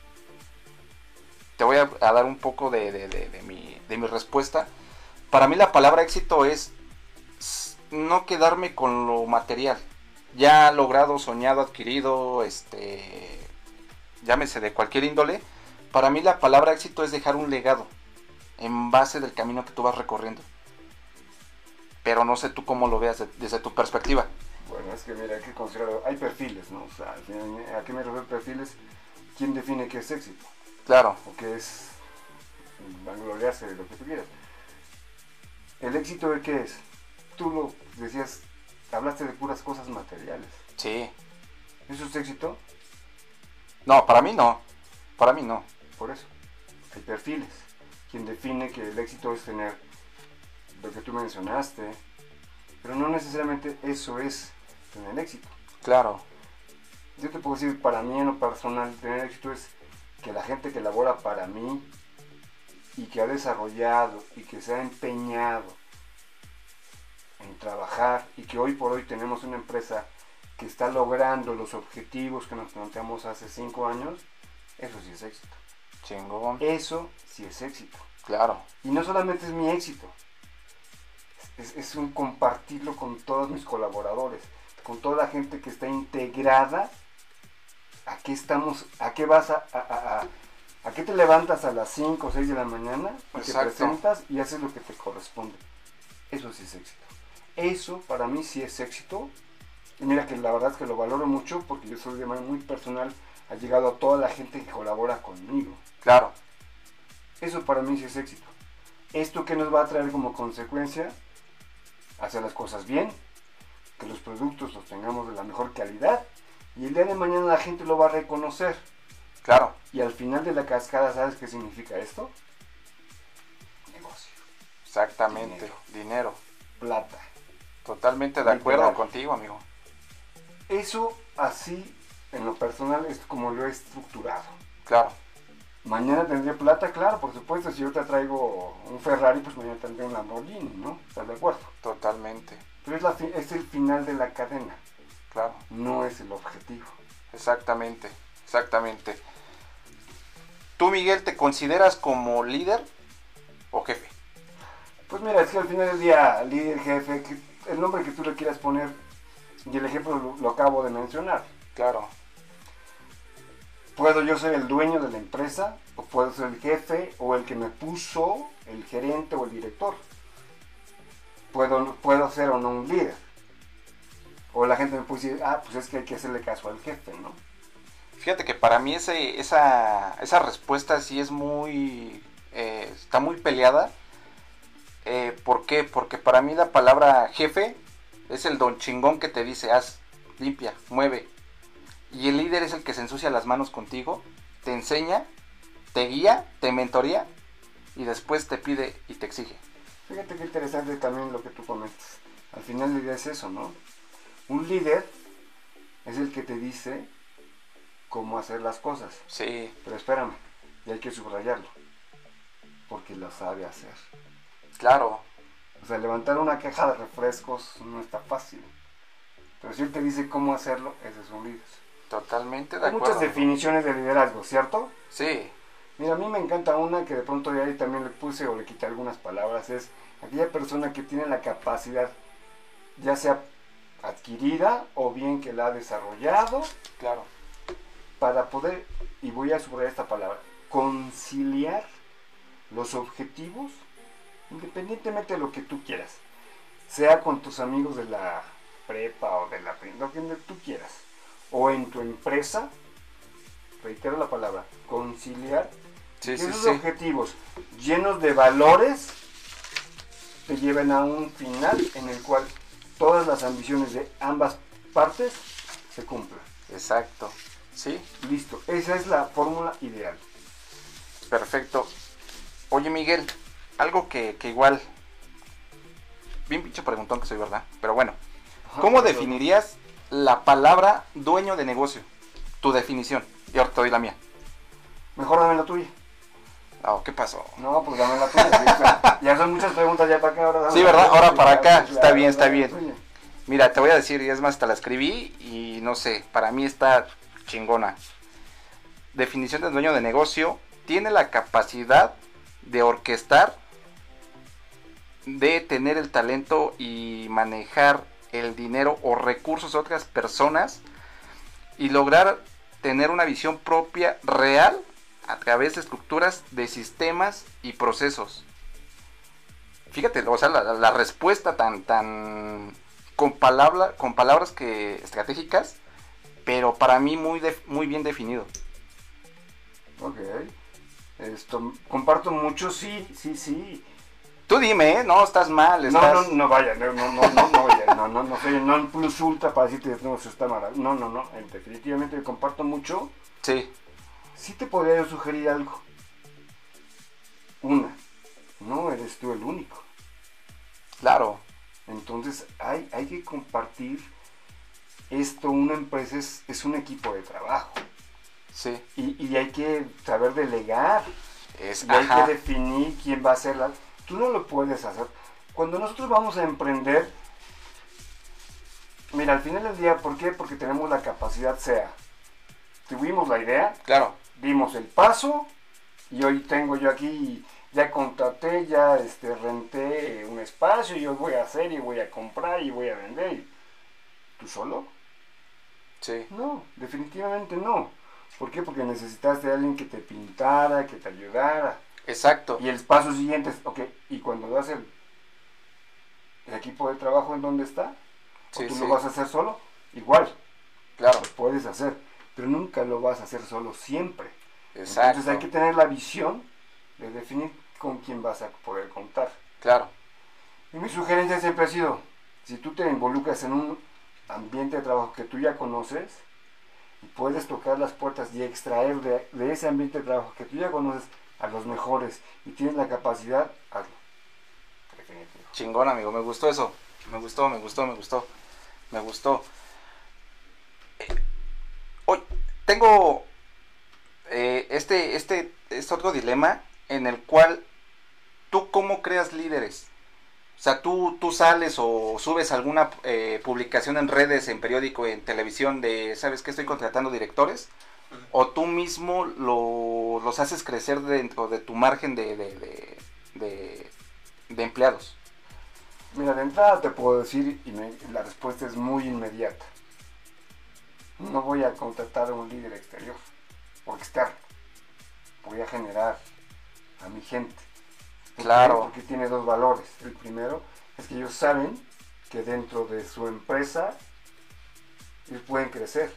Te voy a, a dar un poco de, de, de, de, mi, de mi respuesta. Para mí la palabra éxito es no quedarme con lo material. Ya logrado, soñado, adquirido, este, llámese de cualquier índole. Para mí la palabra éxito es dejar un legado en base del camino que tú vas recorriendo. Pero no sé tú cómo lo veas de, desde tu perspectiva. Bueno, es que mira, hay que considerar, hay perfiles, ¿no? O sea, ¿a qué me refiero perfiles? ¿Quién define qué es éxito? Claro, O qué es vangloriarse de lo que tú quieras. ¿El éxito de qué es? Tú lo decías, hablaste de puras cosas materiales. sí. ¿Eso es éxito? No, para mí no. Para mí no. Por eso. Hay perfiles. Quien define que el éxito es tener lo que tú mencionaste. Pero no necesariamente eso es tener éxito. Claro, Yo te puedo decir, para mí en lo personal, tener éxito es que la gente que labora para mí y que ha desarrollado y que se ha empeñado en trabajar y que hoy por hoy tenemos una empresa que está logrando los objetivos que nos planteamos hace cinco años, eso sí es éxito. chingón. Eso sí es éxito. Claro, Y no solamente es mi éxito, es, es un compartirlo con todos mis colaboradores, con toda la gente que está integrada. ¿A qué estamos? ¿A qué vas a, a, a, a, a qué te levantas a las cinco o seis de la mañana y te Exacto. presentas y haces lo que te corresponde? Eso sí es éxito. Eso para mí sí es éxito. Y mira que la verdad es que lo valoro mucho porque yo soy de manera muy personal, ha llegado a toda la gente que colabora conmigo. claro, Eso para mí sí es éxito. ¿Esto qué nos va a traer como consecuencia? Hacer las cosas bien, que los productos los tengamos de la mejor calidad y el día de mañana la gente lo va a reconocer. claro. Y al final de la cascada, ¿sabes qué significa esto? Negocio, Exactamente, dinero. plata. Totalmente de acuerdo Literal. contigo, amigo. Eso así, en lo personal, es como lo he estructurado. Claro, Mañana tendré plata, claro, por supuesto. Si yo te traigo un Ferrari, pues mañana tendré un Lamborghini, ¿no? ¿Estás de acuerdo? totalmente, Pero es, la fi- es el final de la cadena, claro. no es el objetivo. Exactamente, exactamente. ¿Tú, Miguel, te consideras como líder o jefe? Pues mira, es que al final del día, líder, jefe, que- el nombre que tú le quieras poner, y el ejemplo lo, lo acabo de mencionar. Claro, Puedo yo ser el dueño de la empresa, o puedo ser el jefe, o el que me puso, el gerente o el director. Puedo, puedo ser o no un líder. O la gente me puede decir, ah, pues es que hay que hacerle caso al jefe, ¿no? fíjate que para mí ese, esa, esa respuesta sí es muy, eh, está muy peleada. Eh, ¿Por qué? Porque para mí la palabra jefe es el don chingón que te dice, haz, limpia, mueve, y el líder es el que se ensucia las manos contigo, te enseña, te guía, te mentorea y después te pide y te exige. Fíjate qué interesante también lo que tú comentas. Al final del día es eso, ¿no? Un líder es el que te dice cómo hacer las cosas. Sí. Pero espérame, y hay que subrayarlo, porque lo sabe hacer. Claro. O sea, levantar una caja de refrescos no está fácil. Pero si él te dice cómo hacerlo, ese es un líder. Totalmente de Hay acuerdo. muchas definiciones de liderazgo, ¿cierto? Sí. Mira, a mí me encanta una que de pronto de ahí también le puse o le quité algunas palabras. Es aquella persona que tiene la capacidad, ya sea adquirida o bien que la ha desarrollado, Claro. para poder, y voy a subrayar esta palabra, conciliar los objetivos independientemente de lo que tú quieras, sea con tus amigos de la prepa o de la prim- lo que tú quieras, o en tu empresa, reitero la palabra, conciliar, Sí, que sí, esos sí. objetivos llenos de valores te lleven a un final en el cual todas las ambiciones de ambas partes se cumplan. Exacto. Sí. Listo, esa es la fórmula ideal. Perfecto. Oye, Miguel, algo que, que igual... Bien pinche preguntón que soy, ¿verdad? Pero bueno. ¿Cómo Ajá, definirías la palabra dueño de negocio? Tu definición. Y ahora te doy la mía. Mejor dame la tuya. Oh, ¿qué pasó? No, pues dame la tuya. Sí, claro. Ya son muchas preguntas ya para acá. Ahora dame Sí, la ¿verdad? tuya. Ahora para acá. Claro, Está bien, está dame la bien. tuya. Mira, te voy a decir, y es más, te la escribí y no sé, para mí está chingona. Definición de dueño de negocio: tiene la capacidad de orquestar, de tener el talento y manejar el dinero o recursos de otras personas y lograr tener una visión propia real a través de estructuras de sistemas y procesos. Fíjate, o sea, la, la respuesta tan, tan con, palabra, con palabras que estratégicas, pero para mí muy, de, muy bien definido. Ok. Esto, comparto mucho, sí, sí, sí. Tú dime, ¿eh? No, estás mal. No, Estás... no, no vaya, no, no, no, no, no vaya, no, no, no soy non plus ultra para decirte, no, eso está mal. No, no, no, definitivamente comparto mucho. Sí. Sí te podría yo sugerir algo. Una, no eres tú el único. Claro. Entonces hay, hay que compartir esto. Una empresa es, es un equipo de trabajo. Sí. Y, y hay que saber delegar. Es, Y hay ajá. que definir quién va a hacerla. Tú no lo puedes hacer. Cuando nosotros vamos a emprender, mira, al final del día, ¿por qué? Porque tenemos la capacidad, sea, tuvimos la idea, Claro. dimos el paso, y hoy tengo yo aquí, ya contraté, ya este, renté un espacio, y hoy voy a hacer, y voy a comprar, y voy a vender. ¿Tú solo? Sí. No, definitivamente no. ¿Por qué? Porque necesitaste a alguien que te pintara, que te ayudara. Exacto. Y el paso siguiente es, ok, ¿y cuando das el, el equipo de trabajo en dónde está? ¿O Sí, tú sí. lo vas a hacer solo? Igual, Claro. lo puedes hacer, pero nunca lo vas a hacer solo siempre. Exacto. Entonces hay que tener la visión de definir con quién vas a poder contar. Claro. Y mi sugerencia siempre ha sido, si tú te involucras en un ambiente de trabajo que tú ya conoces, y puedes tocar las puertas y extraer de, de ese ambiente de trabajo que tú ya conoces a los mejores y tienes la capacidad, hazlo. Definitivo. Chingón, amigo. Me gustó eso. Me gustó, me gustó, me gustó. Me gustó. Eh, hoy tengo eh, este, este, este otro dilema en el cual tú cómo creas líderes. O sea, tú, tú sales o subes alguna eh, publicación en redes, en periódico, en televisión de, ¿sabes qué? Estoy contratando directores. O tú mismo lo, los haces crecer dentro de tu margen de, de, de, de, de empleados. Mira, de entrada te puedo decir, y me- la respuesta es muy inmediata. No voy a contratar a un líder exterior o externo. Voy a generar a mi gente. ¿Por qué? Claro. Porque tiene dos valores. El primero es que ellos saben que dentro de su empresa ellos pueden crecer.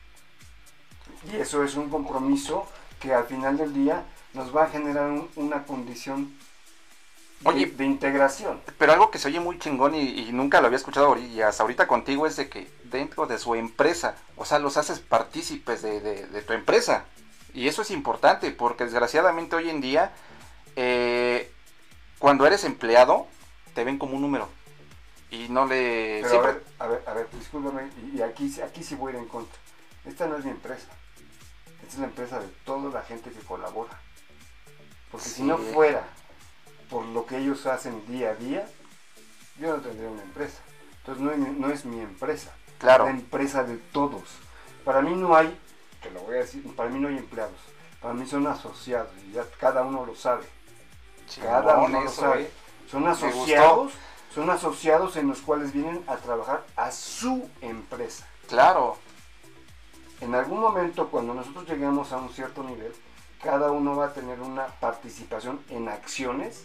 Y eso es un compromiso que al final del día nos va a generar un- una condición Oye, de, de integración. Pero algo que se oye muy chingón y, y nunca lo había escuchado ahorita, y hasta ahorita contigo, es de que dentro de su empresa, o sea, los haces partícipes de, de, de tu empresa. Y eso es importante, porque desgraciadamente hoy en día, eh, cuando eres empleado, te ven como un número. Y no le... Pero siempre... a ver, a ver, a ver, discúlpame, y, y aquí, aquí sí voy a ir en contra. Esta no es mi empresa. Esta es la empresa de toda la gente que colabora. Porque Sí. si no fuera por lo que ellos hacen día a día, yo no tendría una empresa. Entonces no es, mi- no es mi empresa. Claro. Es la empresa de todos. Para mí no hay, te lo voy a decir, para mí no hay empleados. Para mí son asociados y ya cada uno lo sabe. Cada Chingón uno lo eso, sabe. eh. Son Me asociados, son asociados en los cuales vienen a trabajar a su empresa. Claro, En algún momento, cuando nosotros lleguemos a un cierto nivel, cada uno va a tener una participación en acciones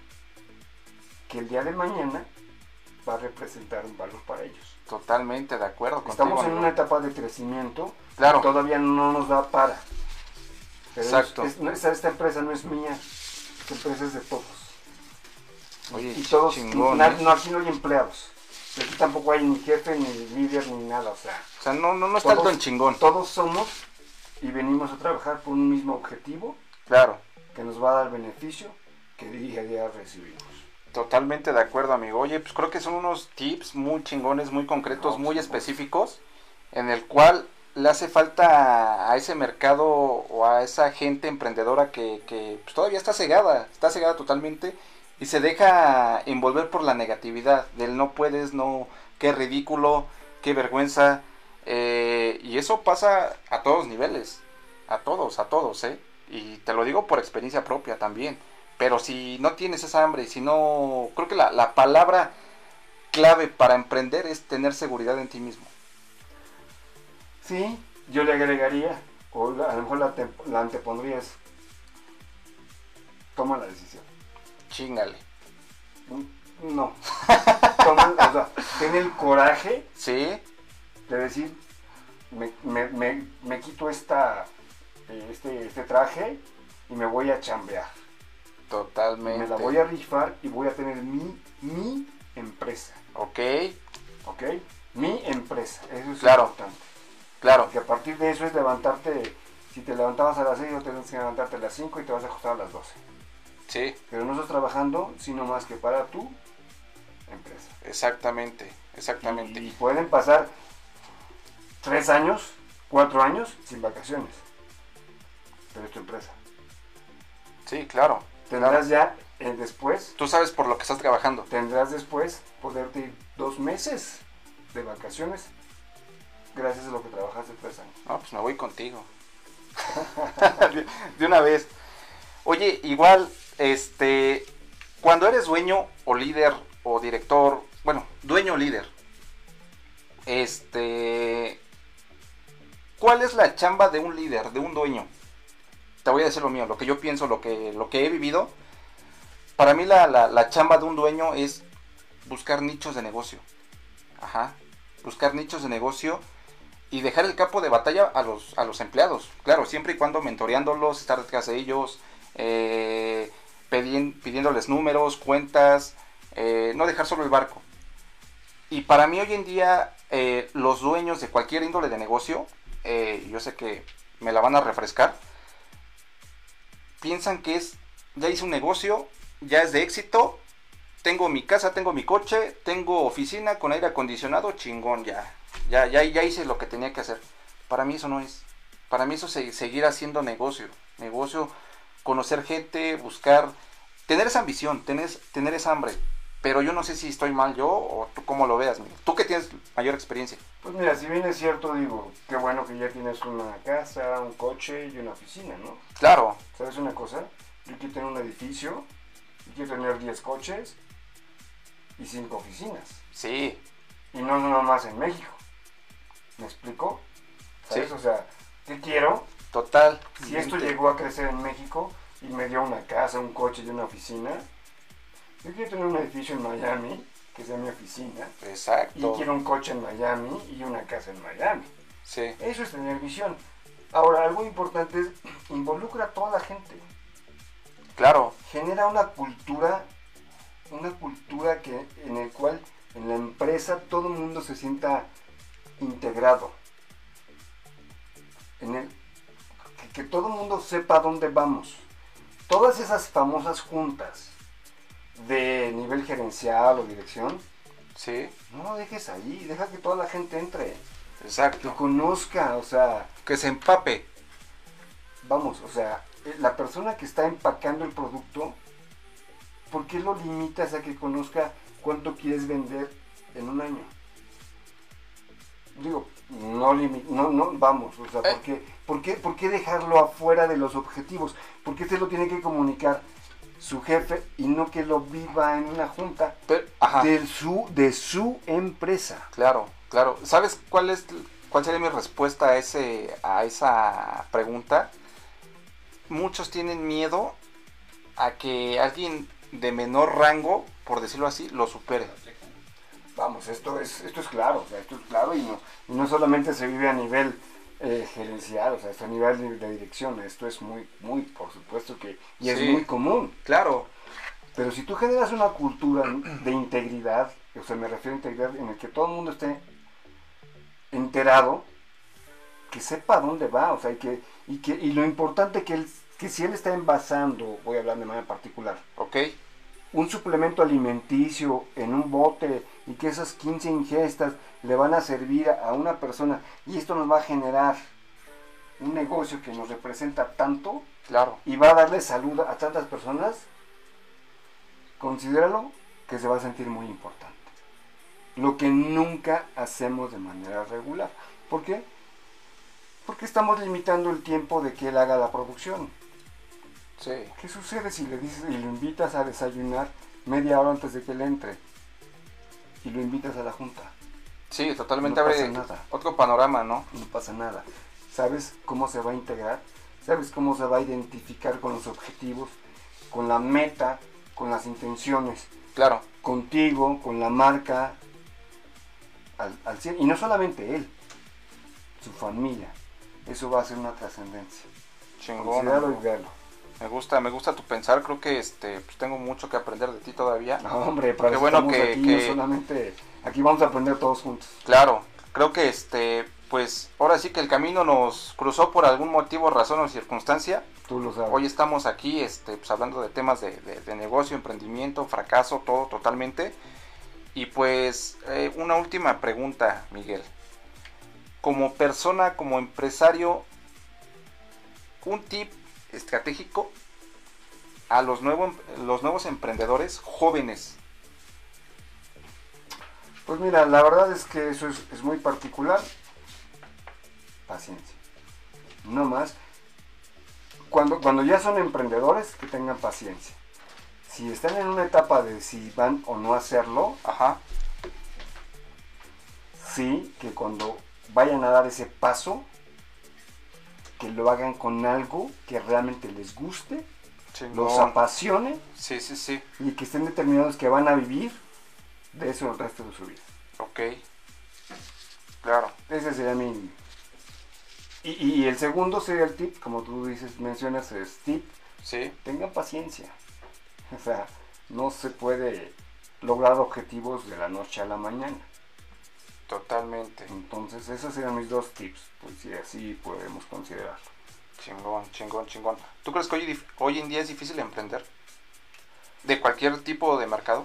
que el día de mañana va a representar un valor para ellos. totalmente de acuerdo contigo. Estamos en amigo. una etapa de crecimiento, Claro. todavía no nos da para. Pero es- Exacto. es- no, esta, esta empresa no es mía, esta empresa es de todos. Oye, Y todos, chingón, na- ¿eh? no, aquí no hay empleados. Aquí tampoco hay ni jefe, ni líder, ni nada, o sea. O sea, no, no, no es todos- tanto en chingón. Todos somos y venimos a trabajar por un mismo objetivo Claro, que nos va a dar beneficio que día a día recibimos. totalmente de acuerdo, amigo. Oye, pues creo que son unos tips muy chingones, muy concretos, No, muy sí, específicos, en el cual le hace falta a ese mercado o a esa gente emprendedora que, que pues, todavía está cegada, está cegada totalmente y se deja envolver por la negatividad del no puedes, no, qué ridículo, qué vergüenza. eh, y eso pasa a todos niveles, a todos, a todos, ¿eh? Y te lo digo por experiencia propia también. Pero si no tienes esa hambre, si no... Creo que la, la palabra clave para emprender es tener seguridad en ti mismo. Sí, yo le agregaría, o la- a lo mejor la, te- la antepondría es, toma la decisión. Chíngale. Mm, No, toma, o sea, ten el coraje ¿Sí? de decir, me, me, me, me quito esta, eh, este, este traje y me voy a chambear. Totalmente. Me la voy a rifar y voy a tener mi, mi empresa, Ok, ¿ok? Mi empresa, eso es Claro. importante. claro. Porque a partir de eso es levantarte, si te levantabas a las seis, no tienes que levantarte a las cinco y te vas a acostar a las doce. Sí, Pero no estás trabajando sino más que para tu empresa. exactamente, exactamente. Y pueden pasar tres años, cuatro años sin vacaciones. Pero es tu empresa. Sí, claro. Tendrás claro. ya eh, después, Tú sabes por lo que estás trabajando. tendrás después poderte ir dos meses de vacaciones gracias a lo que trabajaste tres años. No, pues me voy contigo. de, de una vez. Oye, igual, este, cuando eres dueño o líder o director, bueno, dueño o líder, este, ¿cuál es la chamba de un líder, de un dueño? Te voy a decir lo mío, lo que yo pienso, lo que, lo que he vivido. Para mí la, la, la chamba de un dueño es buscar nichos de negocio. Ajá, buscar nichos de negocio y dejar el campo de batalla a los, a los empleados. Claro, siempre y cuando mentoreándolos, estar detrás de ellos, eh, pedien, pidiéndoles números, cuentas, eh, no dejar solo el barco. Y para mí hoy en día, eh, los dueños de cualquier índole de negocio, eh, yo sé que me la van a refrescar, piensan que es, ya hice un negocio, ya es de éxito, tengo mi casa, tengo mi coche, tengo oficina con aire acondicionado, chingón, ya, ya, ya, ya hice lo que tenía que hacer. Para mí eso no es, para mí eso es seguir haciendo negocio, negocio, conocer gente, buscar, tener esa ambición, tener, tener esa hambre. Pero yo no sé si estoy mal yo o tú cómo lo veas, Miguel. Tú que tienes mayor experiencia. Pues mira, si bien es cierto, digo, qué bueno que ya tienes una casa, un coche y una oficina, ¿no? Claro, ¿Sabes una cosa? Yo quiero tener un edificio, yo quiero tener diez coches y cinco oficinas. sí, Y no nada más en México. ¿Me explico? ¿Sabes? Sí. O sea, ¿qué quiero? total. Si esto llegó a crecer en México y me dio una casa, un coche y una oficina, yo quiero tener un edificio en Miami, que sea mi oficina, y Exacto. quiero un coche en Miami y una casa en Miami. Sí, Eso es tener visión. Ahora, algo importante es involucra a toda la gente. claro, Genera una cultura una cultura que, en el cual en la empresa todo el mundo se sienta integrado. En el, que, que todo el mundo sepa a dónde vamos. Todas esas famosas juntas de nivel gerencial o dirección, Sí, no lo dejes ahí, deja que toda la gente entre, que exacto. conozca, o sea, Que se empape. vamos, o sea, eh, la persona que está empacando el producto, ¿por qué lo limitas a que conozca cuánto quieres vender en un año? Digo, no, limi- no, no vamos, o sea, ¿por qué, por qué, por qué dejarlo afuera de los objetivos? ¿Por qué te lo tiene que comunicar su jefe y no que lo viva en una junta Pero, ajá, de su, de su empresa? claro, claro. ¿Sabes cuál es cuál sería mi respuesta a ese a esa pregunta? Muchos tienen miedo a que alguien de menor rango, por decirlo así, lo supere. Vamos, esto es, esto es claro, o sea, esto es claro y no, y no solamente se vive a nivel eh, gerencial, o sea, esto a nivel de, de dirección, esto es muy, muy, por supuesto que, y es Sí. muy común. Claro, Pero si tú generas una cultura de integridad, o sea, me refiero a integridad en el que todo el mundo esté enterado, que sepa a dónde va, o sea, y que, y que, y lo importante que él, que si él está envasando, voy a hablar de manera particular, ok, un suplemento alimenticio en un bote y que esas quince ingestas le van a servir a una persona y esto nos va a generar un negocio que nos representa tanto claro. y va a darle salud a tantas personas, considéralo que se va a sentir muy importante. Lo que nunca hacemos de manera regular. ¿Por qué? Porque estamos limitando el tiempo de que él haga la producción. Sí, ¿Qué sucede si le dices y lo invitas a desayunar media hora antes de que él entre? Y lo invitas a la junta. sí, totalmente No abre pasa nada. otro panorama, ¿no? No pasa nada. ¿Sabes cómo se va a integrar? ¿Sabes cómo se va a identificar con los objetivos, con la meta, con las intenciones? Claro, Contigo, con la marca, al, al cien. Y no solamente él, su familia. Eso va a ser una trascendencia. chingón. Considéralo amigo. y verlo. Me gusta, me gusta tu pensar, creo que este pues tengo mucho que aprender de ti todavía. No, hombre, para Qué eso bueno estamos que- aquí, que- no solamente... Aquí vamos a aprender todos juntos. Claro, creo que este pues ahora sí que el camino nos cruzó por algún motivo, razón o circunstancia. Tú lo sabes. Hoy estamos aquí este pues hablando de temas de, de- de negocio, emprendimiento, fracaso, todo totalmente. Y pues eh, una última pregunta, Miguel. Como persona, como empresario, un tip estratégico a los nuevos, los nuevos emprendedores jóvenes. Pues mira, la verdad es que eso es, es muy particular. Paciencia. No más. Cuando, cuando ya son emprendedores, que tengan paciencia. Si están en una etapa de si van o no a hacerlo, Ajá, sí, que cuando vayan a dar ese paso, que lo hagan con algo que realmente les guste, chingón. los apasione Sí, sí, sí. y que estén determinados que van a vivir de eso el resto de su vida. Ok. Claro. Ese sería mi... Y, y el segundo sería el tip, como tú dices, mencionas, es tip, Sí. tengan paciencia. O sea, no se puede lograr objetivos de la noche a la mañana. Totalmente. Entonces, esos serían mis dos tips, pues si así podemos considerarlo. Chingón, chingón, chingón. ¿Tú crees que hoy, dif- hoy en día es difícil emprender? ¿De cualquier tipo de mercado?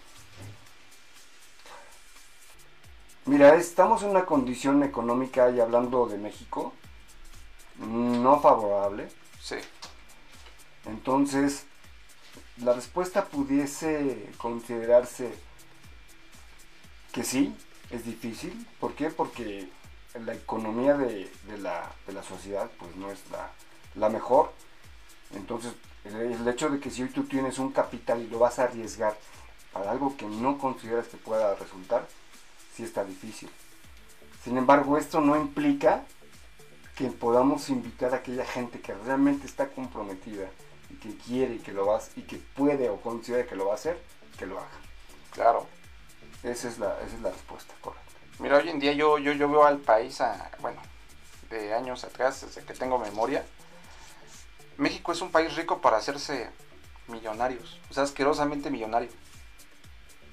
Mira, estamos en una condición económica, y hablando de México, no favorable. Sí. Entonces, la respuesta pudiese considerarse que sí, es difícil. ¿Por qué? Porque la economía de, de, la, de la sociedad pues no es la, la mejor. Entonces, el, el hecho de que si hoy tú tienes un capital y lo vas a arriesgar para algo que no consideras que pueda resultar, sí está difícil. Sin embargo, esto no implica que podamos invitar a aquella gente que realmente está comprometida y que quiere y que lo va, y que puede o considera que lo va a hacer, que lo haga. Claro. Esa es la, esa es la respuesta, correcta. Mira, hoy en día yo, yo, yo veo al país, a, bueno, de años atrás, desde que tengo memoria. México es un país rico para hacerse millonarios, o sea, asquerosamente millonario.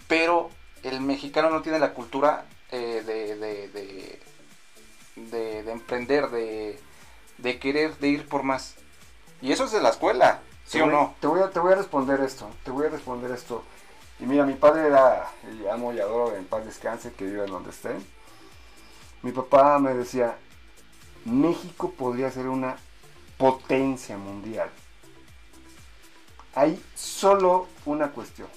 pero el mexicano no tiene la cultura eh, de, de, de, de, de emprender, de, de querer, de ir por más. Y eso es de la escuela, ¿sí o no? Te voy a, te voy a responder esto, te voy a responder esto. Y mira, mi padre era, y amo y adoro, en paz descanse, que viva en donde esté. Mi papá me decía, México podría ser una potencia mundial. Hay solo una cuestión.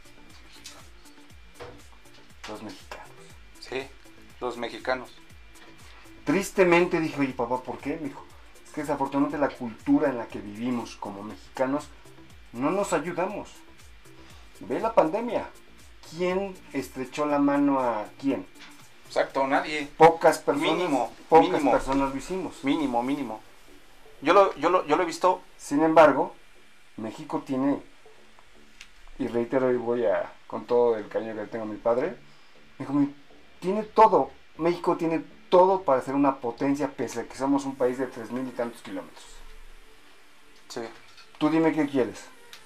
Los mexicanos. Sí, los mexicanos. Tristemente dije, oye papá, ¿por qué? Me dijo, es que desafortunadamente la cultura en la que vivimos como mexicanos no nos ayudamos. Ve la pandemia. ¿Quién estrechó la mano a quién? Exacto, nadie. Pocas personas. Mínimo, pocas mínimo. personas lo hicimos. Mínimo, mínimo. Yo lo, yo lo, yo lo he visto. Sin embargo, México tiene, y reitero y voy a, con todo el cariño que le tengo a mi padre, me dijo, tiene todo, México tiene todo para ser una potencia, pese a que somos un país de tres mil y tantos kilómetros. Sí. Tú dime qué quieres.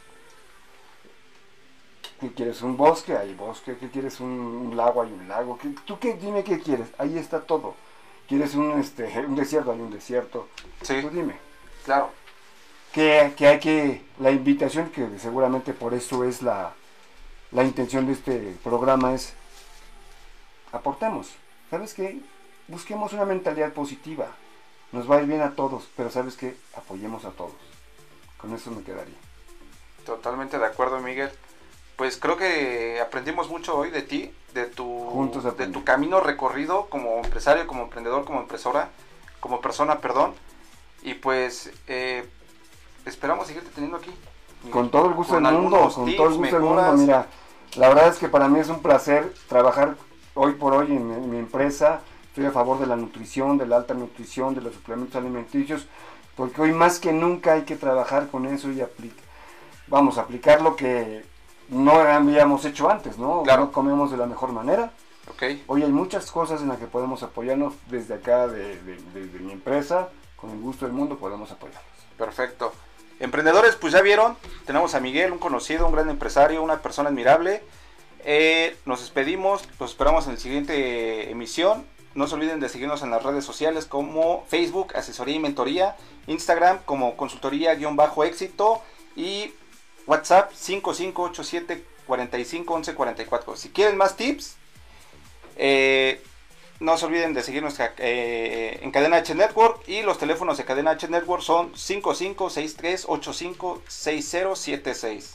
¿Qué quieres? ¿Un bosque? Hay bosque. ¿Qué quieres? ¿Un, un lago? Hay un lago. ¿Qué, ¿Tú qué? Dime qué quieres. Ahí está todo. ¿Quieres un, este, un desierto? Hay un desierto. Sí. Tú dime. Claro. Que, que hay que, la invitación, que seguramente por eso es la, la intención de este programa, es aportemos. ¿Sabes qué? Busquemos una mentalidad positiva. Nos va a ir bien a todos, pero ¿sabes qué? Apoyemos a todos. Con eso me quedaría. Totalmente de acuerdo, Miguel. Pues creo que aprendimos mucho hoy de ti, de tu, Juntos de tu camino recorrido como empresario, como emprendedor, como empresora, como persona, perdón. Y pues eh, esperamos seguirte teniendo aquí. Miguel. Con todo el gusto Con del mundo, algunos con tips, todo el gusto del mejoras. mundo. Mira, la verdad es que para mí es un placer trabajar hoy por hoy en, en mi empresa. Estoy a favor de la nutrición, de la alta nutrición, de los suplementos alimenticios, porque hoy más que nunca hay que trabajar con eso y aplicar, vamos a aplicar lo que no habíamos hecho antes, ¿no? Claro. No comemos de la mejor manera. Okay. Hoy hay muchas cosas en las que podemos apoyarnos desde acá, de, de, de, de mi empresa, con el gusto del mundo podemos apoyarnos. Perfecto. Emprendedores, pues ya vieron, tenemos a Miguel, un conocido, un gran empresario, una persona admirable. Eh, nos despedimos, los esperamos en la siguiente emisión. No se olviden de seguirnos en las redes sociales como Facebook, Asesoría y Mentoría, Instagram como Consultoría-Éxito y WhatsApp cinco cinco ocho siete cuatro cinco once cuarenta y cuatro. Si quieren más tips, eh, no se olviden de seguirnos eh, en Cadena H Network, y los teléfonos de Cadena H Network son cinco cinco seis tres ocho cinco seis cero siete seis.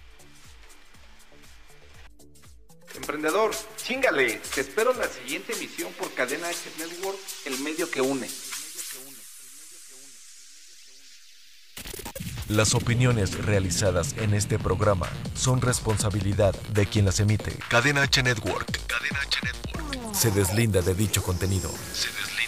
Emprendedor, chingale, te espero en la siguiente emisión por Cadena H Network, el medio que une. Las opiniones realizadas en este programa son responsabilidad de quien las emite. Cadena H Network. Cadena H Network. Se deslinda de dicho contenido. Se deslinda.